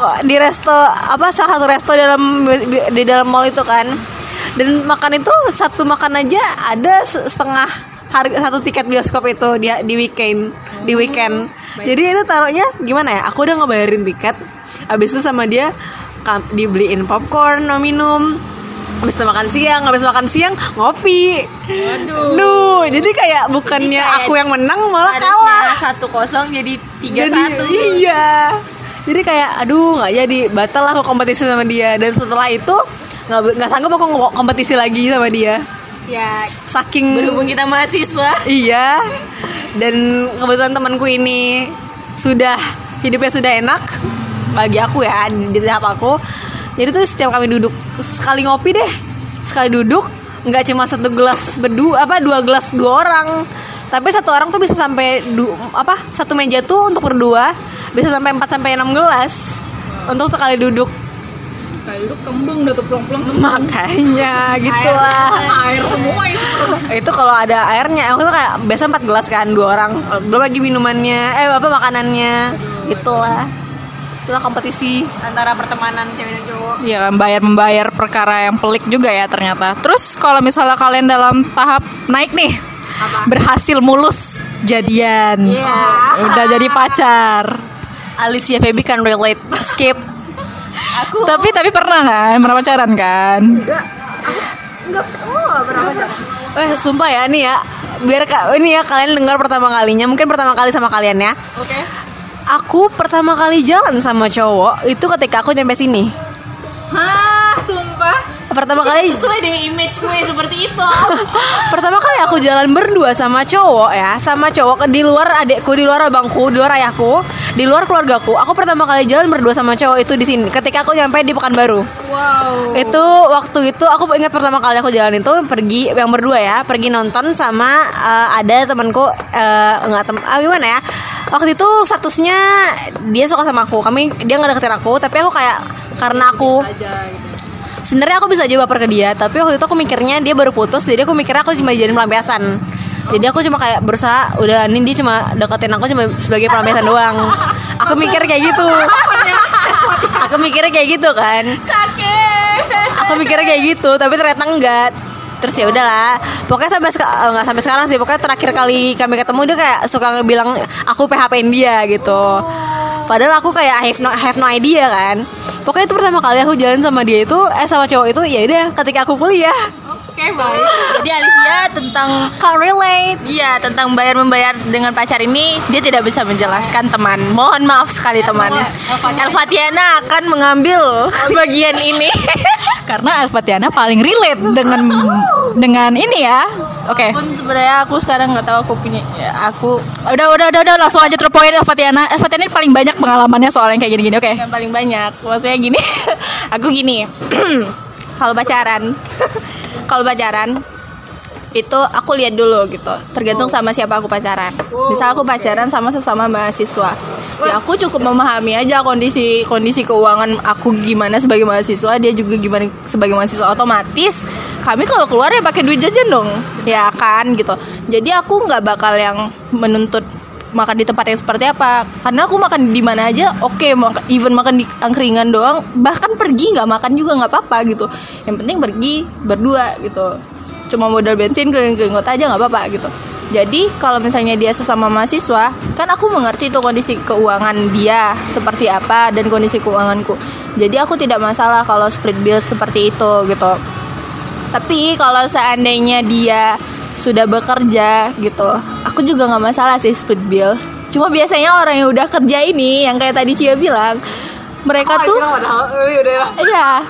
apa, salah satu resto di dalam mall itu kan. Dan makan itu satu makan aja ada setengah harga satu tiket bioskop itu di weekend. Jadi itu taruhnya gimana ya? Aku udah ngebayarin tiket, abis itu sama dia dibeliin popcorn, minum. Habis makan siang ngopi. Waduh. Jadi kayak bukannya kayak aku yang menang malah kalah. 1-0 jadi 3-1. Iya. Jadi kayak aduh nggak jadi, batal lah aku kompetisi sama dia. Dan setelah itu nggak sanggup aku kompetisi lagi sama dia. Ya. Saking berhubung kita mahasiswa. Iya. Dan kebetulan temanku ini hidupnya sudah enak bagi aku ya, di tahap aku. Jadi tuh setiap kami duduk, sekali duduk nggak cuma 1 gelas berdua, 2 gelas 2 orang, tapi 1 orang tuh bisa sampai 1 meja tuh untuk berdua bisa sampai 4-6 gelas untuk sekali duduk. Sekali duduk kembung udah tuh plong-plong. Makanya gitulah. Air semua itu. Itu kalau ada airnya, aku tuh kayak biasa 4 gelas kan 2 orang, belum lagi minumannya, makanannya, gitulah. Itulah kompetisi antara pertemanan cewek dan cowok. Iya kan, membayar perkara yang pelik juga ya ternyata. Terus kalau misalnya kalian dalam tahap naik nih, berhasil mulus jadian, udah jadi pacar. Alicia Feby kan relate. Skip. Tapi pernah pacaran kan? Enggak. Pernah pacaran. Sumpah ya nih ya, biar ini ya kalian dengar pertama kalinya, mungkin pertama kali sama kalian ya. Oke. Aku pertama kali jalan sama cowok itu ketika aku nyampe sini. Hah, sumpah? Pertama kali sesuai dengan image gue seperti itu. pertama kali aku jalan berdua sama cowok ya, sama cowok di luar adekku, di luar abangku, di luar ayahku, di luar keluargaku. Aku pertama kali jalan berdua sama cowok itu di sini. Ketika aku nyampe di Pekanbaru. Wow. Itu waktu itu aku ingat pertama kali aku jalan itu pergi yang berdua ya, pergi nonton sama ada temanku gimana ya? Waktu itu statusnya dia suka sama aku. Dia nggak deketin aku, tapi aku kayak karena aku sebenarnya aku bisa aja baper ke dia, tapi waktu itu aku mikirnya dia baru putus, jadi aku mikirnya aku cuma jadi pelampiasan. Jadi aku cuma kayak berusaha, udah ini dia cuma deketin aku cuma sebagai pelampiasan doang. Aku mikir kayak gitu. Aku mikirnya kayak gitu kan. Sakit. Aku mikirnya kayak gitu, tapi ternyata enggak. Terus ya udahlah. Pokoknya nggak sampai sekarang sih. Pokoknya terakhir kali kami ketemu dia kayak suka ngebilang aku PHP-in dia gitu. Padahal aku kayak have no idea kan. Pokoknya itu pertama kali aku jalan sama dia itu sama cowok itu ya udah ketika aku kuliah. Oke, baik. Jadi Alicia tentang Can't relate. Iya, tentang bayar-membayar dengan pacar ini dia tidak bisa menjelaskan, teman. Mohon maaf sekali, teman. Elvatiana akan mengambil bagian ini. Karena Elvatiana paling relate dengan ini ya. Oke. Pun sebenarnya aku sekarang nggak tahu aku punya aku Udah langsung aja to the point. Elvatiana ini paling banyak pengalamannya soal yang kayak gini-gini. Oke. yang paling banyak. Maksudnya gini. Aku gini. Kalau pacaran itu aku lihat dulu gitu, tergantung sama siapa aku pacaran. Misal aku pacaran sama sesama mahasiswa, ya aku cukup memahami aja kondisi keuangan aku gimana sebagai mahasiswa, dia juga gimana sebagai mahasiswa. Otomatis kami kalau keluar ya pakai duit jajan dong, ya kan gitu. Jadi aku nggak bakal yang menuntut makan di tempat yang seperti apa, karena aku makan di mana aja oke, even makan di angkringan doang, bahkan pergi nggak makan juga nggak apa-apa gitu. Yang penting pergi berdua gitu, cuma modal bensin keliling-keliling kota aja nggak apa-apa gitu. Jadi kalau misalnya dia sesama mahasiswa, kan aku mengerti tuh kondisi keuangan dia seperti apa dan kondisi keuanganku. Jadi aku tidak masalah kalau split bill seperti itu gitu. Tapi kalau seandainya dia sudah bekerja gitu, aku juga nggak masalah sih split bill. Cuma biasanya orang yang udah kerja ini, yang kayak tadi Cia bilang, mereka tuh iya,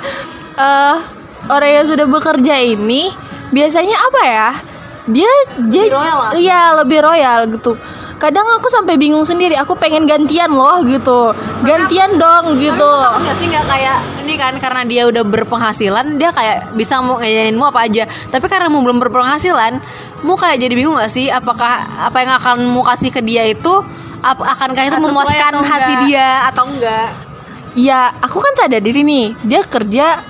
orang yang sudah bekerja ini biasanya apa ya, dia lebih royal gitu. Kadang aku sampai bingung sendiri, aku pengen gantian loh gitu, gantian dong gitu. Enggak sih, nggak kayak ini kan, karena dia udah berpenghasilan, dia kayak bisa mau ngajarinmu apa aja. Tapi karena mu belum berpenghasilan, mu kayak jadi bingung nggak sih, apakah apa yang akan mu kasih ke dia itu akankah itu memuaskan hati dia atau enggak? Ya, aku kan sadar diri nih, dia kerja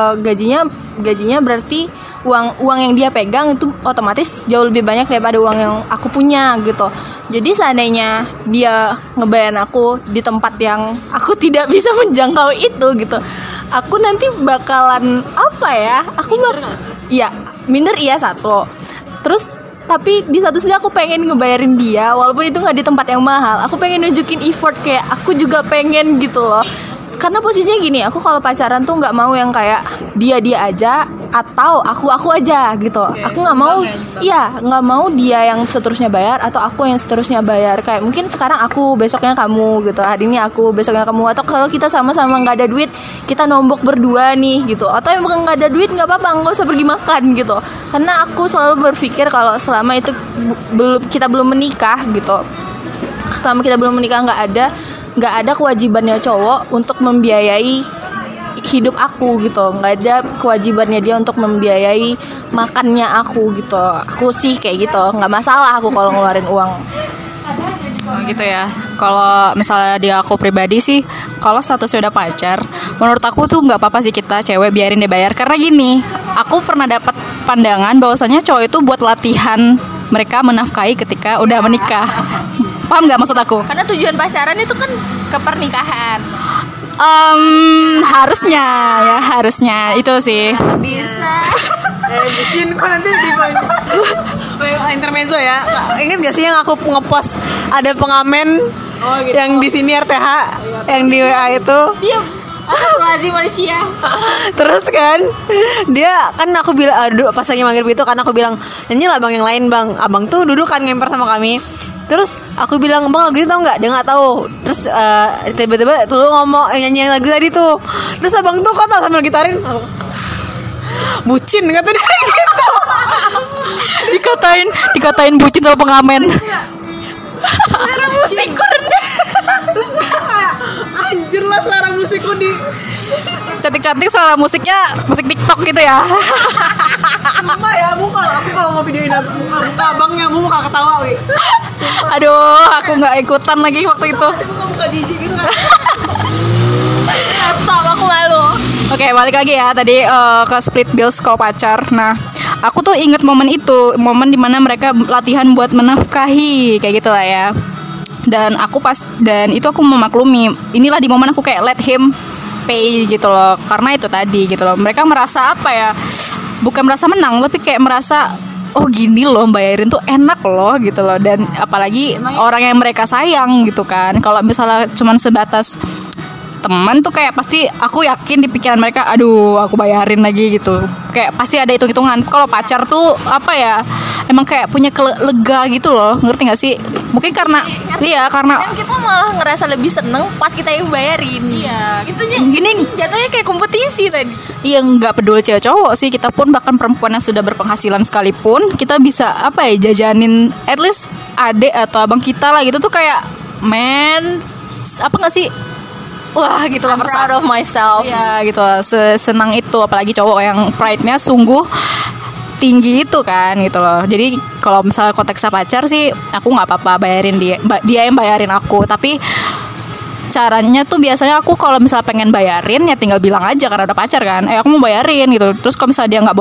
gajinya berarti uang yang dia pegang itu otomatis jauh lebih banyak daripada uang yang aku punya gitu. Jadi seandainya dia ngebayar aku di tempat yang aku tidak bisa menjangkau itu gitu, aku nanti bakalan apa ya? Minder satu. Terus tapi di satu sisi aku pengen ngebayarin dia walaupun itu nggak di tempat yang mahal. Aku pengen nunjukin effort kayak aku juga pengen gitu loh. Karena posisinya gini, aku kalau pacaran tuh nggak mau yang kayak dia aja atau aku aja gitu. Aku nggak mau, nggak mau dia yang seterusnya bayar atau aku yang seterusnya bayar. Kayak mungkin sekarang aku, besoknya kamu gitu. Hari ini aku, besoknya kamu. Atau kalau kita sama-sama nggak ada duit, kita nombok berdua nih gitu. Atau yang bukan nggak ada duit nggak apa-apa, nggak usah pergi makan gitu. Karena aku selalu berpikir kalau selama itu kita belum menikah gitu, selama kita belum menikah nggak ada kewajibannya cowok untuk membiayai hidup aku gitu, nggak ada kewajibannya dia untuk membiayai makannya aku gitu. Aku sih kayak gitu, nggak masalah aku kalau ngeluarin uang. Oh gitu ya. Kalau misalnya dia aku pribadi sih, kalau statusnya udah pacar, menurut aku tuh nggak apa-apa sih kita cewek biarin dia bayar. Karena gini, aku pernah dapat pandangan bahwasanya cowok itu buat latihan mereka menafkahi ketika udah menikah. Paham nggak maksud aku? Karena tujuan pacaran itu kan ke pernikahan. Harusnya itu sih. Bisa. Bucin kok nanti di intermezzo ya. Ingat gak sih yang aku ngepost ada pengamen yang di sini RTH yang di WA itu? Iya. Lazim Malaysia. Terus kan dia kan aku bilang pas lagi maghrib itu kan aku bilang nyanyi lah bang yang lain bang. Abang tuh duduk kan ngemper sama kami. Terus aku bilang bang lagu ini tau nggak? Dia nggak tahu. Terus tiba-tiba tuh ngomong nyanyi lagu tadi tuh. Terus abang tuh kok tau sambil gitarin. bucin kata dia gitu. Dikatain bucin sama pengamen. Selera musikku rendah. Terus kayak anjir lah selera musikku di Cantik-cantik selera musiknya musik TikTok gitu ya. Sumpah ya, muka aku kalau mau videoin muka abangnya muka ketawa wi. Aduh, aku nggak ikutan lagi waktu itu. Muka jijik gitu kan. Stop, aku malu. Oke, balik lagi ya tadi ke split bills kalau pacar. Nah, aku tuh inget momen itu, momen dimana mereka latihan buat menafkahi kayak gitulah ya. Dan itu aku memaklumi. Inilah di momen aku kayak let him pay gitu loh, karena itu tadi gitu loh. Mereka merasa apa ya? Bukan merasa menang, tapi kayak merasa oh gini loh bayarin tuh enak loh gitu loh. Dan apalagi orang yang mereka sayang gitu kan. Kalau misalnya cuman sebatas teman tuh kayak pasti aku yakin di pikiran mereka aduh aku bayarin lagi gitu, kayak pasti ada hitung-hitungan. Kalau pacar tuh apa ya, emang kayak punya lega gitu loh, ngerti gak sih? Mungkin karena karena kita malah ngerasa lebih seneng pas kita yang bayarin. Iya, gini jatuhnya kayak kompetisi tadi. Iya, nggak peduli cewek cowok sih, kita pun bahkan perempuan yang sudah berpenghasilan sekalipun kita bisa apa ya jajanin at least adik atau abang kita lah gitu tuh kayak apa nggak sih? Wah gitu lah, proud of myself. Iya gitu lah, senang itu. Apalagi cowok yang pride-nya sungguh tinggi itu kan gitu loh. Jadi kalau misalnya konteksnya pacar sih aku nggak apa-apa bayarin dia yang bayarin aku. Tapi caranya tuh biasanya aku kalau misalnya pengen bayarin ya tinggal bilang aja karena udah pacar kan, aku mau bayarin gitu. Terus kalau misalnya dia nggak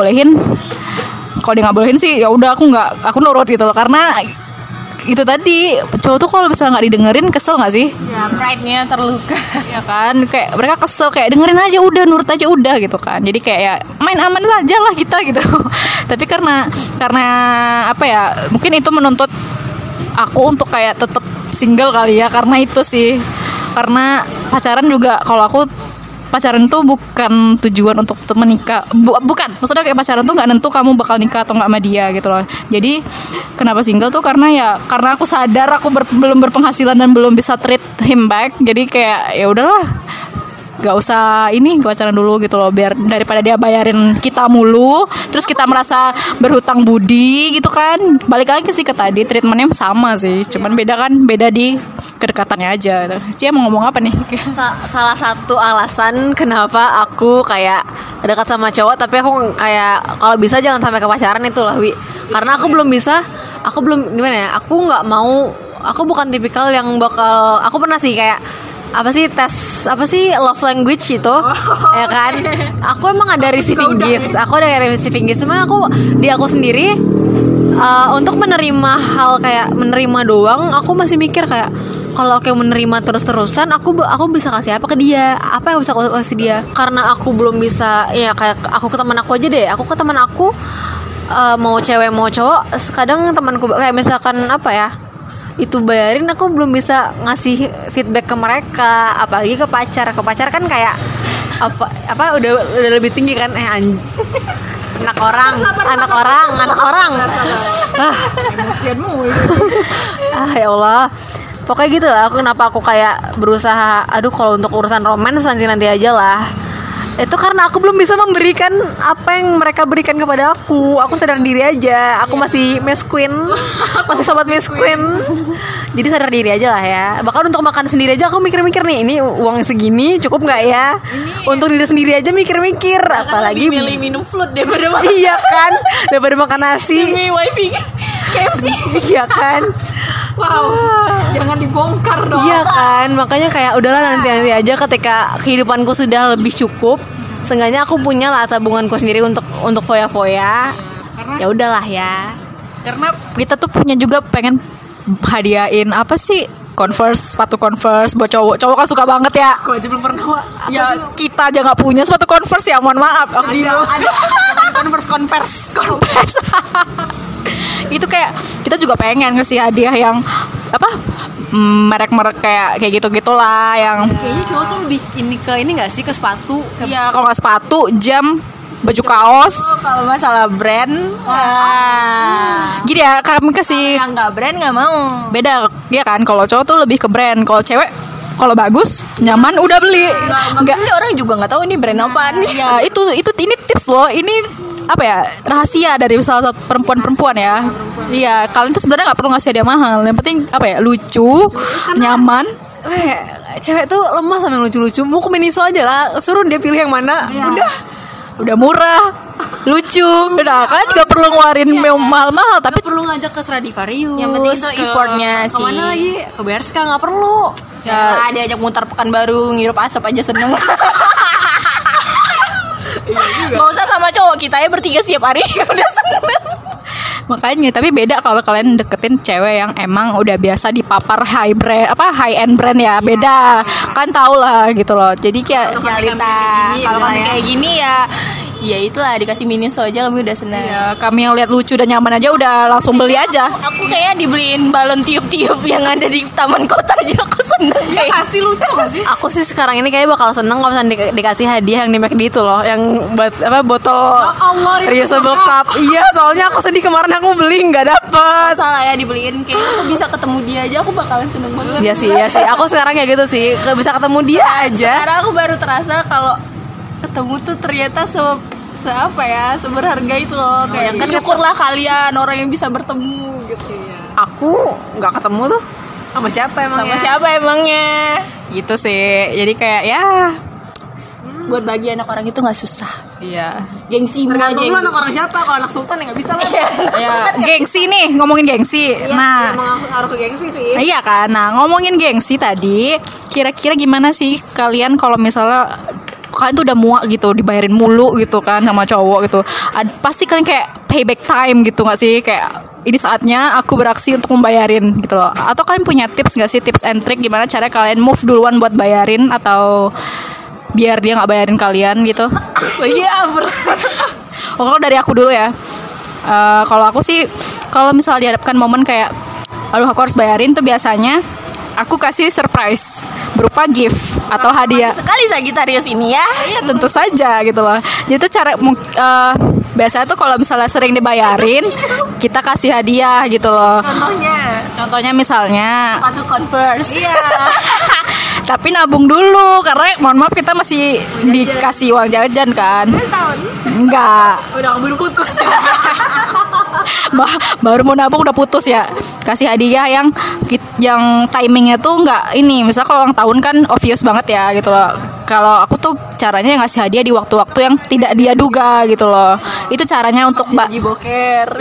bolehin sih ya udah aku nurut gitu loh. Karena itu tadi cowok tuh kalau misalnya nggak didengerin kesel nggak sih? Ya pride-nya terluka. Ya kan, kayak mereka kesel, kayak dengerin aja udah, nurut aja udah gitu kan. Jadi kayak ya main aman saja lah kita gitu. Tapi karena apa ya, mungkin itu menuntut aku untuk kayak tetap single kali ya, karena itu sih. Karena pacaran juga, kalau aku pacaran tuh bukan tujuan untuk menikah, bukan, maksudnya kayak pacaran tuh nggak nentu kamu bakal nikah atau nggak sama dia gitu loh. Jadi kenapa single tuh karena aku sadar aku belum berpenghasilan dan belum bisa treat him back. Jadi kayak ya udahlah, nggak usah pacaran dulu gitu loh, biar daripada dia bayarin kita mulu terus kita merasa berhutang budi gitu kan. Balik lagi sih ke tadi, treatmentnya sama sih, cuman beda di kedekatannya aja. Cia mau ngomong apa nih? Salah satu alasan kenapa aku kayak dekat sama cowok tapi aku kayak kalau bisa jangan sampai ke pacaran itu lah Wi. Karena aku belum gimana ya, aku nggak mau, aku bukan tipikal yang bakal, aku pernah sih kayak tes love language itu ya kan. Aku emang ada receiving gifts, cuman aku sendiri untuk menerima hal kayak menerima doang, aku masih mikir kayak kalau aku menerima terus-terusan aku bisa kasih apa ke dia, apa yang bisa aku kasih dia. Karena aku belum bisa, ya kayak aku ke teman aku aja deh, aku ke teman aku mau cewek mau cowok, kadang temanku kayak misalkan apa ya itu bayarin, aku belum bisa ngasih feedback ke mereka, apalagi ke pacar kan kayak apa udah lebih tinggi kan, anak orang Emosian mulu. Ya Allah, pokoknya gitu lah. Kenapa aku kayak berusaha, kalau untuk urusan romance nanti aja lah. Itu karena aku belum bisa memberikan apa yang mereka berikan kepada aku. Aku sadar diri aja, aku masih Miss Queen, masih sobat Miss Queen. Jadi sadar diri aja lah ya. Bahkan untuk makan sendiri aja aku mikir-mikir nih, ini uang segini cukup nggak ya? Untuk diri sendiri aja mikir-mikir. Apalagi milih minum float daripada makan. Iya kan, daripada makan nasi. Demi wifi KFC. Iya kan. Wow, jangan dibongkar dong. Iya kan, makanya kayak udahlah nanti aja ketika kehidupanku sudah lebih cukup, seenggaknya aku punya lah tabunganku sendiri untuk foya-foya. Ya udahlah ya. Karena kita tuh punya juga pengen hadiahin apa sih? Sepatu Converse buat cowok kan suka banget ya. Aku aja belum pernah. Ya kita aja nggak punya sepatu Converse ya, mohon maaf. Ada Converse. Itu kayak kita juga pengen ngasih hadiah yang apa, merek-merek kayak gitu-gitulah yang kayaknya cowok tuh lebih ini nggak sih, ke sepatu. Iya, kalau nggak sepatu, jam, baju kaos. Kalau masalah brand, gini ya, kami kasih yang nggak brand nggak mau. beda ya kan. Kalau cowok tuh lebih ke brand, kalau cewek Kalau bagus, nyaman, udah beli. Nggak beli, orang juga nggak tahu ini brand apaan. Ya itu ini tips loh. Ini apa ya, rahasia dari salah satu perempuan ya. Iya, kalian tuh sebenarnya nggak perlu ngasih hadiah mahal. Yang penting apa ya, lucu, nyaman. Cewek tuh lemah sama yang lucu-lucu. Mau ke Miniso aja lah, suruh dia pilih yang mana. Udah murah, lucu. Udah kan gak perlu ngeluarin mahal-mahal, tapi perlu ngajak ke Stradivarius. Yang penting itu effortnya sih. Kemana lagi? Ke Berska nggak perlu. Ya, diajak muter Pekanbaru, ngirup asap aja seneng. Gak usah sama cowok, kita ya bertiga setiap hari udah seneng. makanya. Tapi beda kalau kalian deketin cewek yang emang udah biasa dipapar high brand, high end brand ya, beda. Kan tau lah gitu loh. Jadi kayak realita. Kalau kami kayak gini ya itulah, dikasih Miniso aja kami udah seneng. ya, kami yang lihat lucu dan nyaman aja udah langsung beli aja. Aku kayak dibeliin balon tiup-tiup yang ada di taman kota aja aku seneng kayak. Pasti lucu gak sih? Aku sih sekarang ini kayak bakal seneng kalau misalnya dikasih hadiah yang di McD itu loh, yang botol reusable cup. Iya, soalnya aku sedih kemarin aku beli nggak dapet. Salah ya dibeliin, kayak aku bisa ketemu dia aja aku bakalan seneng banget. Iya sih. Aku sekarang kayak gitu sih, bisa ketemu dia aja. Sekarang aku baru terasa kalau ketemu tuh ternyata apa ya, seberharga itu loh. Kayak syukurlah kalian orang yang bisa bertemu gitu. Aku nggak ketemu tuh sama siapa emangnya? Sama siapa emangnya? Gitu sih. Jadi kayak ya Buat bagi anak orang itu nggak susah. iya. Gengsimu aja. Tergantung lu anak orang siapa. Kalau anak sultan ya nggak bisa lah. Ya, gengsi nih, ngomongin gengsi. Nah, Emang harus ke gengsi sih. iya kan. Nah, ngomongin gengsi tadi, kira-kira gimana sih kalian kalau misalnya kalian tuh udah muak gitu dibayarin mulu gitu kan sama cowok gitu. Pasti kalian kayak payback time gitu gak sih? Kayak ini saatnya aku beraksi untuk membayarin gitu loh. Atau kalian punya tips gak sih, tips and trick gimana cara kalian move duluan buat bayarin atau biar dia gak bayarin kalian gitu? Iya, bersih. Kalau dari aku dulu ya. Kalau aku sih, kalau misal dihadapkan momen kayak aduh aku harus bayarin tuh biasanya aku kasih surprise berupa gift atau hadiah. Sekali Sagittarius ini ya. Iya, tentu saja gitu loh. Jadi tuh cara biasanya tuh kalau misalnya sering dibayarin kita kasih hadiah gitu loh. Contohnya misalnya Sepatu Converse. iya. Tapi nabung dulu karena mohon maaf kita masih dikasih uang jajan kan. Enggak. Udah keburu putus. Baru mau nabung udah putus ya. Kasih hadiah yang timingnya tuh nggak ini. Misal kalau ulang tahun kan obvious banget ya gitu loh. Kalau aku tuh caranya ngasih hadiah di waktu-waktu yang tidak dia duga gitu loh. Itu caranya untuk Lagi boker.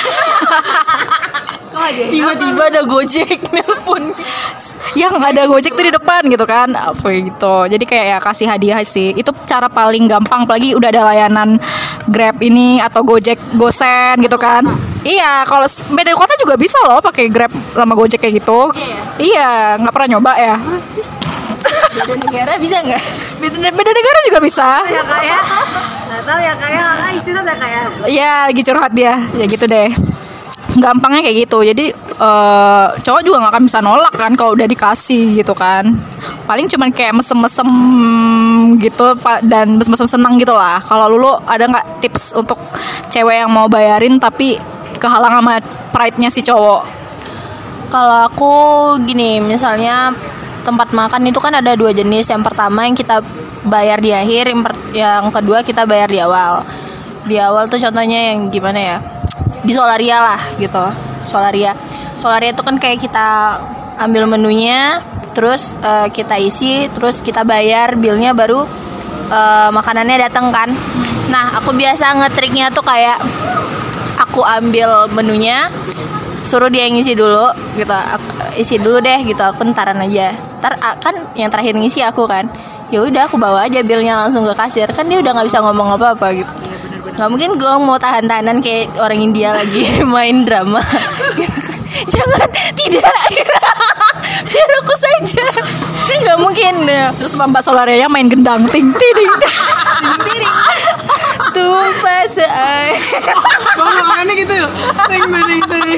Tiba-tiba ada Gojek nelpon. yang ada Gojek tuh di depan gitu kan, apa gitu. Jadi kayak ya kasih hadiah sih. Itu cara paling gampang, apalagi udah ada layanan Grab ini atau Gojek Gosen gitu kan. Iya, kalau beda kota juga bisa loh pakai Grab sama Gojek kayak gitu. Iya, nggak pernah nyoba ya. Beda negara bisa nggak? Beda negara juga bisa. Ya kayak nggak tahu ya kayak istilah ada kayak. Iya, lagi curhat dia. Ya gitu deh. Gampangnya kayak gitu. Jadi cowok juga nggak akan bisa nolak kan kalau udah dikasih gitu kan. Paling cuman kayak mesem-mesem gitu dan mesem-mesem senang gitu lah. Kalau lu ada nggak tips untuk cewek yang mau bayarin tapi kehalang sama pride-nya si cowok? Kalau aku gini, misalnya tempat makan itu kan ada 2 jenis. Yang pertama yang kita bayar di akhir, yang kedua kita bayar di awal. Di awal tuh contohnya yang gimana ya? Di Solaria lah gitu. Solaria itu kan kayak kita ambil menunya, terus kita isi, terus kita bayar bilnya, baru makanannya datang kan. Nah, aku biasa ngetriknya tuh kayak aku ambil menunya, suruh dia ngisi dulu gitu. Isi dulu deh gitu, aku ntaran aja. Ntar kan yang terakhir ngisi aku kan. Ya udah aku bawa aja bilnya langsung ke kasir. Kan dia udah nggak bisa ngomong apa-apa gitu. Nggak mungkin gue mau tahan-tahanan kayak orang India lagi main drama. Jangan, tidak. Biar aku saja. Kan nggak mungkin. Terus Mbak Solaria main gendang ting ting Diri. Tumpah seai. Bang makanannya gitu loh. Ting.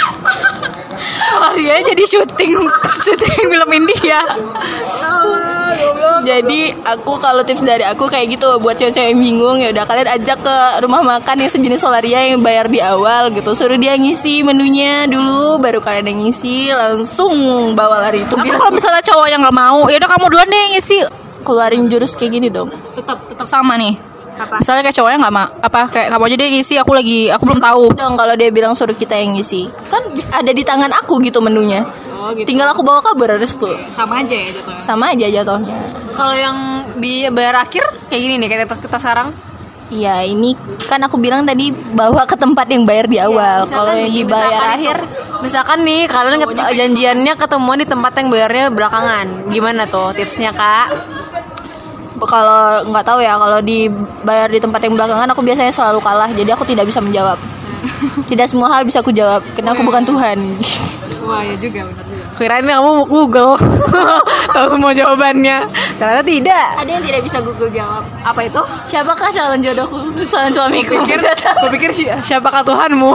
Solaria jadi syuting film India. Jadi aku kalau tips dari aku kayak gitu, buat cewek-cewek yang bingung ya udah kalian ajak ke rumah makan yang sejenis Solaria yang bayar di awal gitu, suruh dia ngisi menunya dulu, baru kalian yang ngisi, langsung bawa lari itu. Aku kalau misalnya cowok yang nggak mau, ya udah kamu duluan deh yang ngisi. Keluarin jurus kayak gini dong. Tetap sama nih. Apa? Misalnya kayak cowoknya nggak mau, apa kayak kamu aja deh ngisi, aku belum tahu. Dong kalau dia bilang suruh kita yang ngisi, kan ada di tangan aku gitu menunya. Oh, gitu. Tinggal aku bawa kabar harus tuh. Sama aja ya jatuhnya. Sama aja jatuhnya. Kalau yang di bayar akhir kayak gini nih kayak kita sekarang. Iya, ini kan aku bilang tadi bawa ke tempat yang bayar di awal. Kalau yang dibayar akhir, Misalkan nih kalian janjiannya ketemuan di tempat yang bayarnya belakangan. Gimana tuh tipsnya, Kak? kalau nggak tahu ya, kalau dibayar di tempat yang belakangan aku biasanya selalu kalah, jadi aku tidak bisa menjawab. Tidak semua hal bisa aku jawab karena aku bukan Tuhan. Wah, ya juga benar juga. Kirain kamu Google tahu semua jawabannya. Ternyata tidak. Ada yang tidak bisa Google jawab. Apa itu? Siapakah calon jodohku, calon suamiku? Kupikir siapakah Tuhanmu?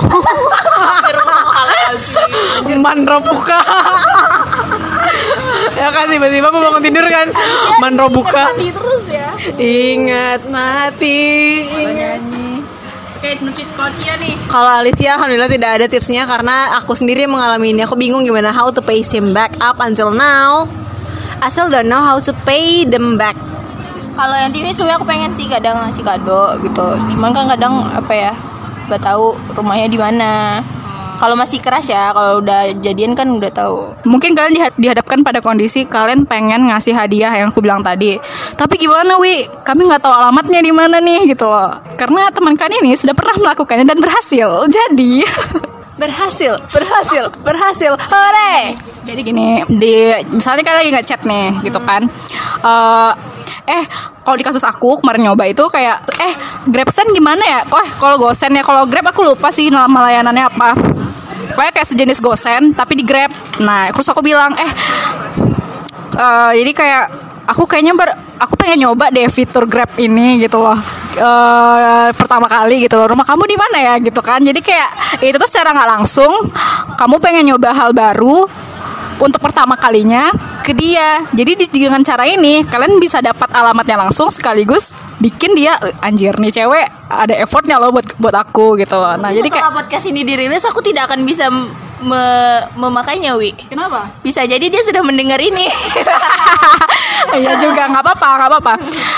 Manrobuka. Ya kan tiba-tiba aku bangun tidur kan, Manrobuka. Mati terus ya. Ingat mati. Nyanyi. Oke, kalau Cia nih. Kalau Alicia alhamdulillah tidak ada tipsnya karena aku sendiri mengalami ini. Aku bingung gimana how to pay him back up until now. I still don't know how to pay them back. Kalau yang TV sebenarnya aku pengen sih kadang ngasih kado gitu. Cuman kan kadang apa ya, nggak tahu rumahnya di mana. Kalau masih keras ya, kalau udah jadian kan udah tahu. Mungkin kalian dihadapkan pada kondisi kalian pengen ngasih hadiah yang aku bilang tadi. Tapi gimana, Wi? Kami nggak tahu alamatnya di mana nih gitu loh. Karena teman kalian ini sudah pernah melakukannya dan berhasil. Jadi berhasil. Hore! jadi gini, misalnya kalian lagi ngechat nih, gitu kan. Kalau di kasus aku kemarin nyoba itu kayak GrabSend gimana ya? Kalau GoSend ya, kalau Grab aku lupa sih nama layanannya apa. Kayak sejenis GoSend tapi di Grab. Nah, terus aku bilang jadi kayak aku pengen nyoba deh fitur Grab ini gitu loh. Pertama kali gitu loh. Rumah kamu di mana ya gitu kan. Jadi kayak itu tuh secara nggak langsung kamu pengen nyoba hal baru untuk pertama kalinya ke dia. Jadi dengan cara ini kalian bisa dapat alamatnya langsung sekaligus bikin dia anjir nih cewek ada effortnya loh buat aku gitu loh. Nah, jadi setelah podcast ini dirilis aku tidak akan bisa memakainya, Wi. Kenapa? Bisa jadi dia sudah mendengar ini. Iya juga, nggak apa-apa.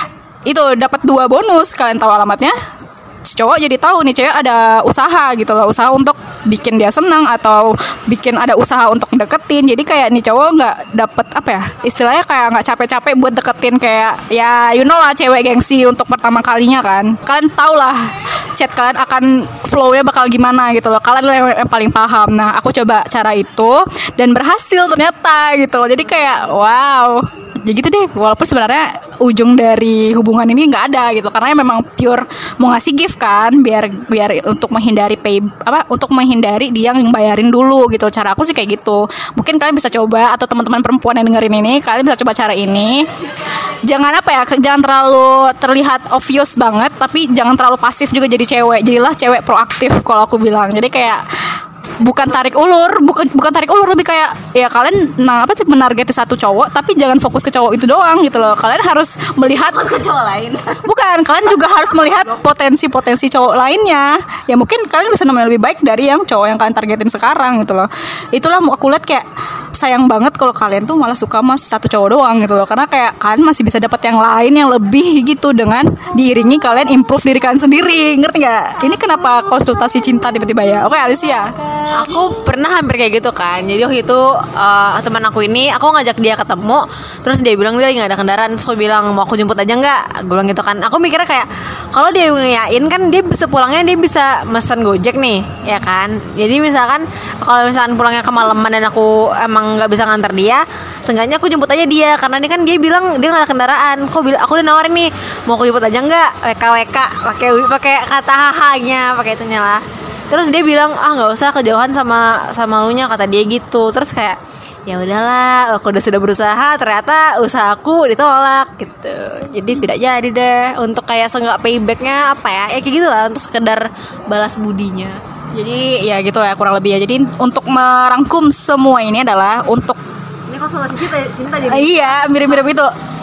Itu dapat 2 bonus, kalian tahu alamatnya. Cowok jadi tahu nih cewek ada usaha gitu loh, usaha untuk bikin dia senang atau bikin ada usaha untuk deketin. Jadi kayak nih cowok nggak dapet apa ya, istilahnya kayak nggak capek-capek buat deketin, kayak ya you know lah cewek gengsi untuk pertama kalinya kan. Kalian tau lah chat kalian akan flow-nya bakal gimana gitu loh. Kalian yang paling paham. Nah, aku coba cara itu dan berhasil ternyata gitu loh. Jadi kayak wow. Ya gitu deh, walaupun sebenarnya ujung dari hubungan ini nggak ada gitu, karena memang pure mau ngasih gift kan, biar untuk menghindari untuk menghindari dia yang bayarin dulu gitu. Cara aku sih kayak gitu. Mungkin kalian bisa coba, atau teman-teman perempuan yang dengerin ini, kalian bisa coba cara ini. Jangan jangan terlalu terlihat obvious banget, tapi jangan terlalu pasif juga jadi cewek. Jadilah cewek proaktif kalau aku bilang. Jadi kayak bukan tarik ulur, lebih kayak ya kalian menargeti satu cowok, tapi jangan fokus ke cowok itu doang gitu loh. Kalian harus melihat ke cowok lain. Bukan, kalian juga harus melihat potensi cowok lainnya. Ya mungkin kalian bisa nemuin lebih baik dari yang cowok yang kalian targetin sekarang gitu loh. Itulah aku lihat kayak sayang banget kalau kalian tuh malah suka sama satu cowok doang gitu loh. Karena kayak kalian masih bisa dapat yang lain yang lebih gitu, dengan diiringi kalian improve diri kalian sendiri. Ngerti gak? Ini kenapa konsultasi cinta tiba-tiba ya? Oke, Alicia. Aku pernah hampir kayak gitu kan. Jadi waktu itu teman aku ini, aku ngajak dia ketemu, terus dia bilang dia lagi gak ada kendaraan. Terus aku bilang mau aku jemput aja nggak? Gue bilang gitu kan. Aku mikirnya kayak kalau dia ngeyain kan dia sepulangnya dia bisa mesen Gojek nih, ya kan. Jadi misalkan kalau misalkan pulangnya kemalaman dan aku emang nggak bisa nganter dia, seenggaknya aku jemput aja dia, karena dia kan dia bilang dia nggak ada kendaraan. Aku udah nawarin nih, mau aku jemput aja nggak? WK pakai kata hahanya, pakai itunya lah. Terus dia bilang nggak usah, kejauhan sama lu nya, kata dia gitu. Terus kayak ya udahlah, aku sudah berusaha, ternyata usahaku ditolak gitu. Jadi tidak jadi deh. Untuk kayak seenggak paybacknya apa ya kayak gitu lah, untuk sekedar balas budinya. Jadi ya gitu ya kurang lebih ya. Jadi untuk merangkum semua ini adalah untuk ini konsultasi cinta jadi. Iya, mirip-mirip itu.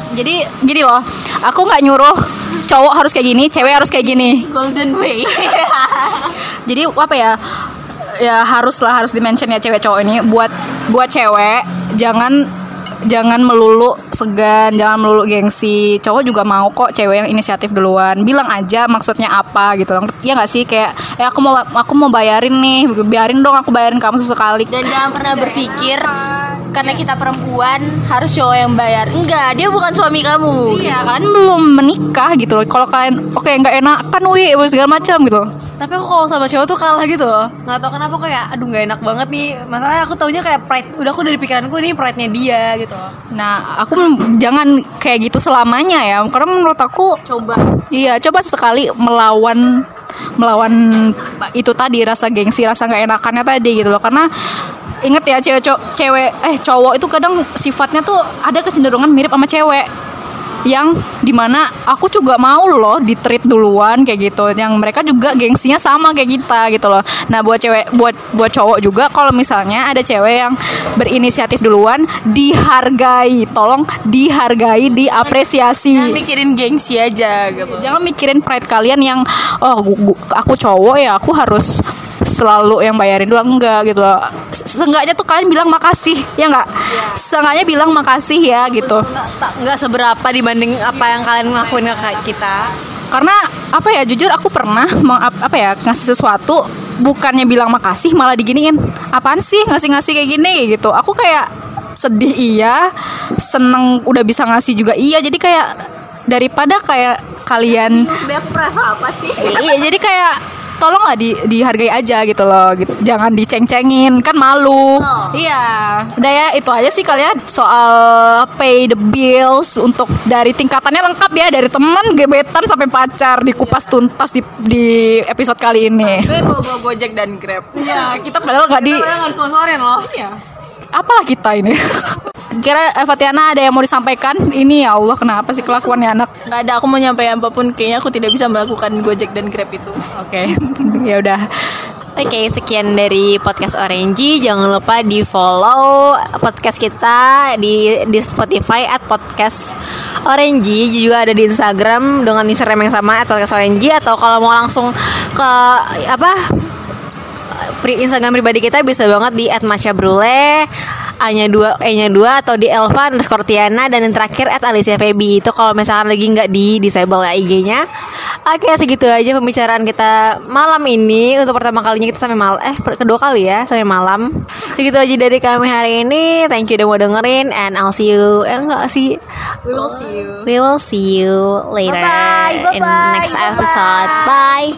Jadi gini loh, aku nggak nyuruh cowok harus kayak gini, cewek harus kayak gini. Golden way. Jadi apa ya? Ya harus dimention ya cewek cowok ini buat cewek jangan melulu segan, jangan melulu gengsi. Cowok juga mau kok cewek yang inisiatif duluan. Bilang aja maksudnya apa gitu loh. Iya enggak sih kayak aku mau bayarin nih, biarin dong aku bayarin kamu sesekali. Dan jangan pernah berpikir karena kita perempuan harus cowok yang bayar. Enggak, dia bukan suami kamu. Iya, kalian belum menikah gitu loh. Kalau kalian enggak enak kan segala macam gitu. Tapi aku kalau sama cowok tuh kalah gitu loh. Nggak tahu kenapa kayak aduh nggak enak banget nih. Masalahnya aku taunya kayak pride. Udah aku dari pikiranku ini pride-nya dia gitu loh. Nah, aku jangan kayak gitu selamanya ya. Karena menurut aku coba sekali melawan itu tadi, rasa gengsi, rasa nggak enakannya tadi gitu loh. Karena inget ya cowok itu kadang sifatnya tuh ada kecenderungan mirip sama cewek, yang dimana aku juga mau loh di-treat duluan kayak gitu, yang mereka juga gengsinya sama kayak kita gitu loh. Nah buat cowok juga, kalau misalnya ada cewek yang berinisiatif duluan, dihargai, tolong dihargai, diapresiasi. Jangan mikirin gengsi aja gitu. Jangan mikirin pride kalian yang aku cowok ya aku harus selalu yang bayarin dulu, enggak gitu loh. Seenggaknya tuh kalian bilang makasih ya enggak? Seenggaknya bilang makasih ya gitu. Nggak seberapa dibanding apa yang kalian ngelakuin ke kita. Karena apa ya, jujur aku pernah ngasih sesuatu, bukannya bilang makasih malah diginiin. Apaan sih ngasih kayak gini gitu. Aku kayak sedih iya, seneng udah bisa ngasih juga iya. Jadi kayak daripada kayak kalian Perasa apa sih? iya, jadi kayak tolonglah dihargai aja gitu loh gitu. Jangan diceng-cengin, kan malu. Iya. Udah ya, itu aja sih kalian soal pay the bills. Untuk dari tingkatannya lengkap ya, dari teman, gebetan sampai pacar, dikupas tuntas di episode kali ini. Gue bawa Gojek dan Grab. Iya, kita padahal nggak Padahal nggak sponsorin loh. Iya. Apalah kita ini. Kira Fatiana ada yang mau disampaikan? Ini ya Allah, kenapa sih kelakuannya anak? Nggak ada, aku mau nyampaikan apapun, kayaknya aku tidak bisa melakukan Gojek dan Grab itu. Oke. Ya udah. Oke, sekian dari podcast Orange. Jangan lupa di follow podcast kita di Spotify @podcast Orange. Juga ada di Instagram dengan Instagram yang sama @podcastorange. Atau kalau mau langsung ke Instagram pribadi kita bisa banget di @macabrule, A-nya 2, E-nya 2, atau di Elva_Tiana, dan yang terakhir @Alicia Feby. Itu kalau misalkan lagi nggak di disable ya IG-nya. Oke, segitu aja pembicaraan kita malam ini. Untuk pertama kalinya kita sampai malam, kedua kali ya sampai malam. Segitu aja dari kami hari ini. Thank you udah mau dengerin, and I'll see you. We will see you later in the next episode. Bye.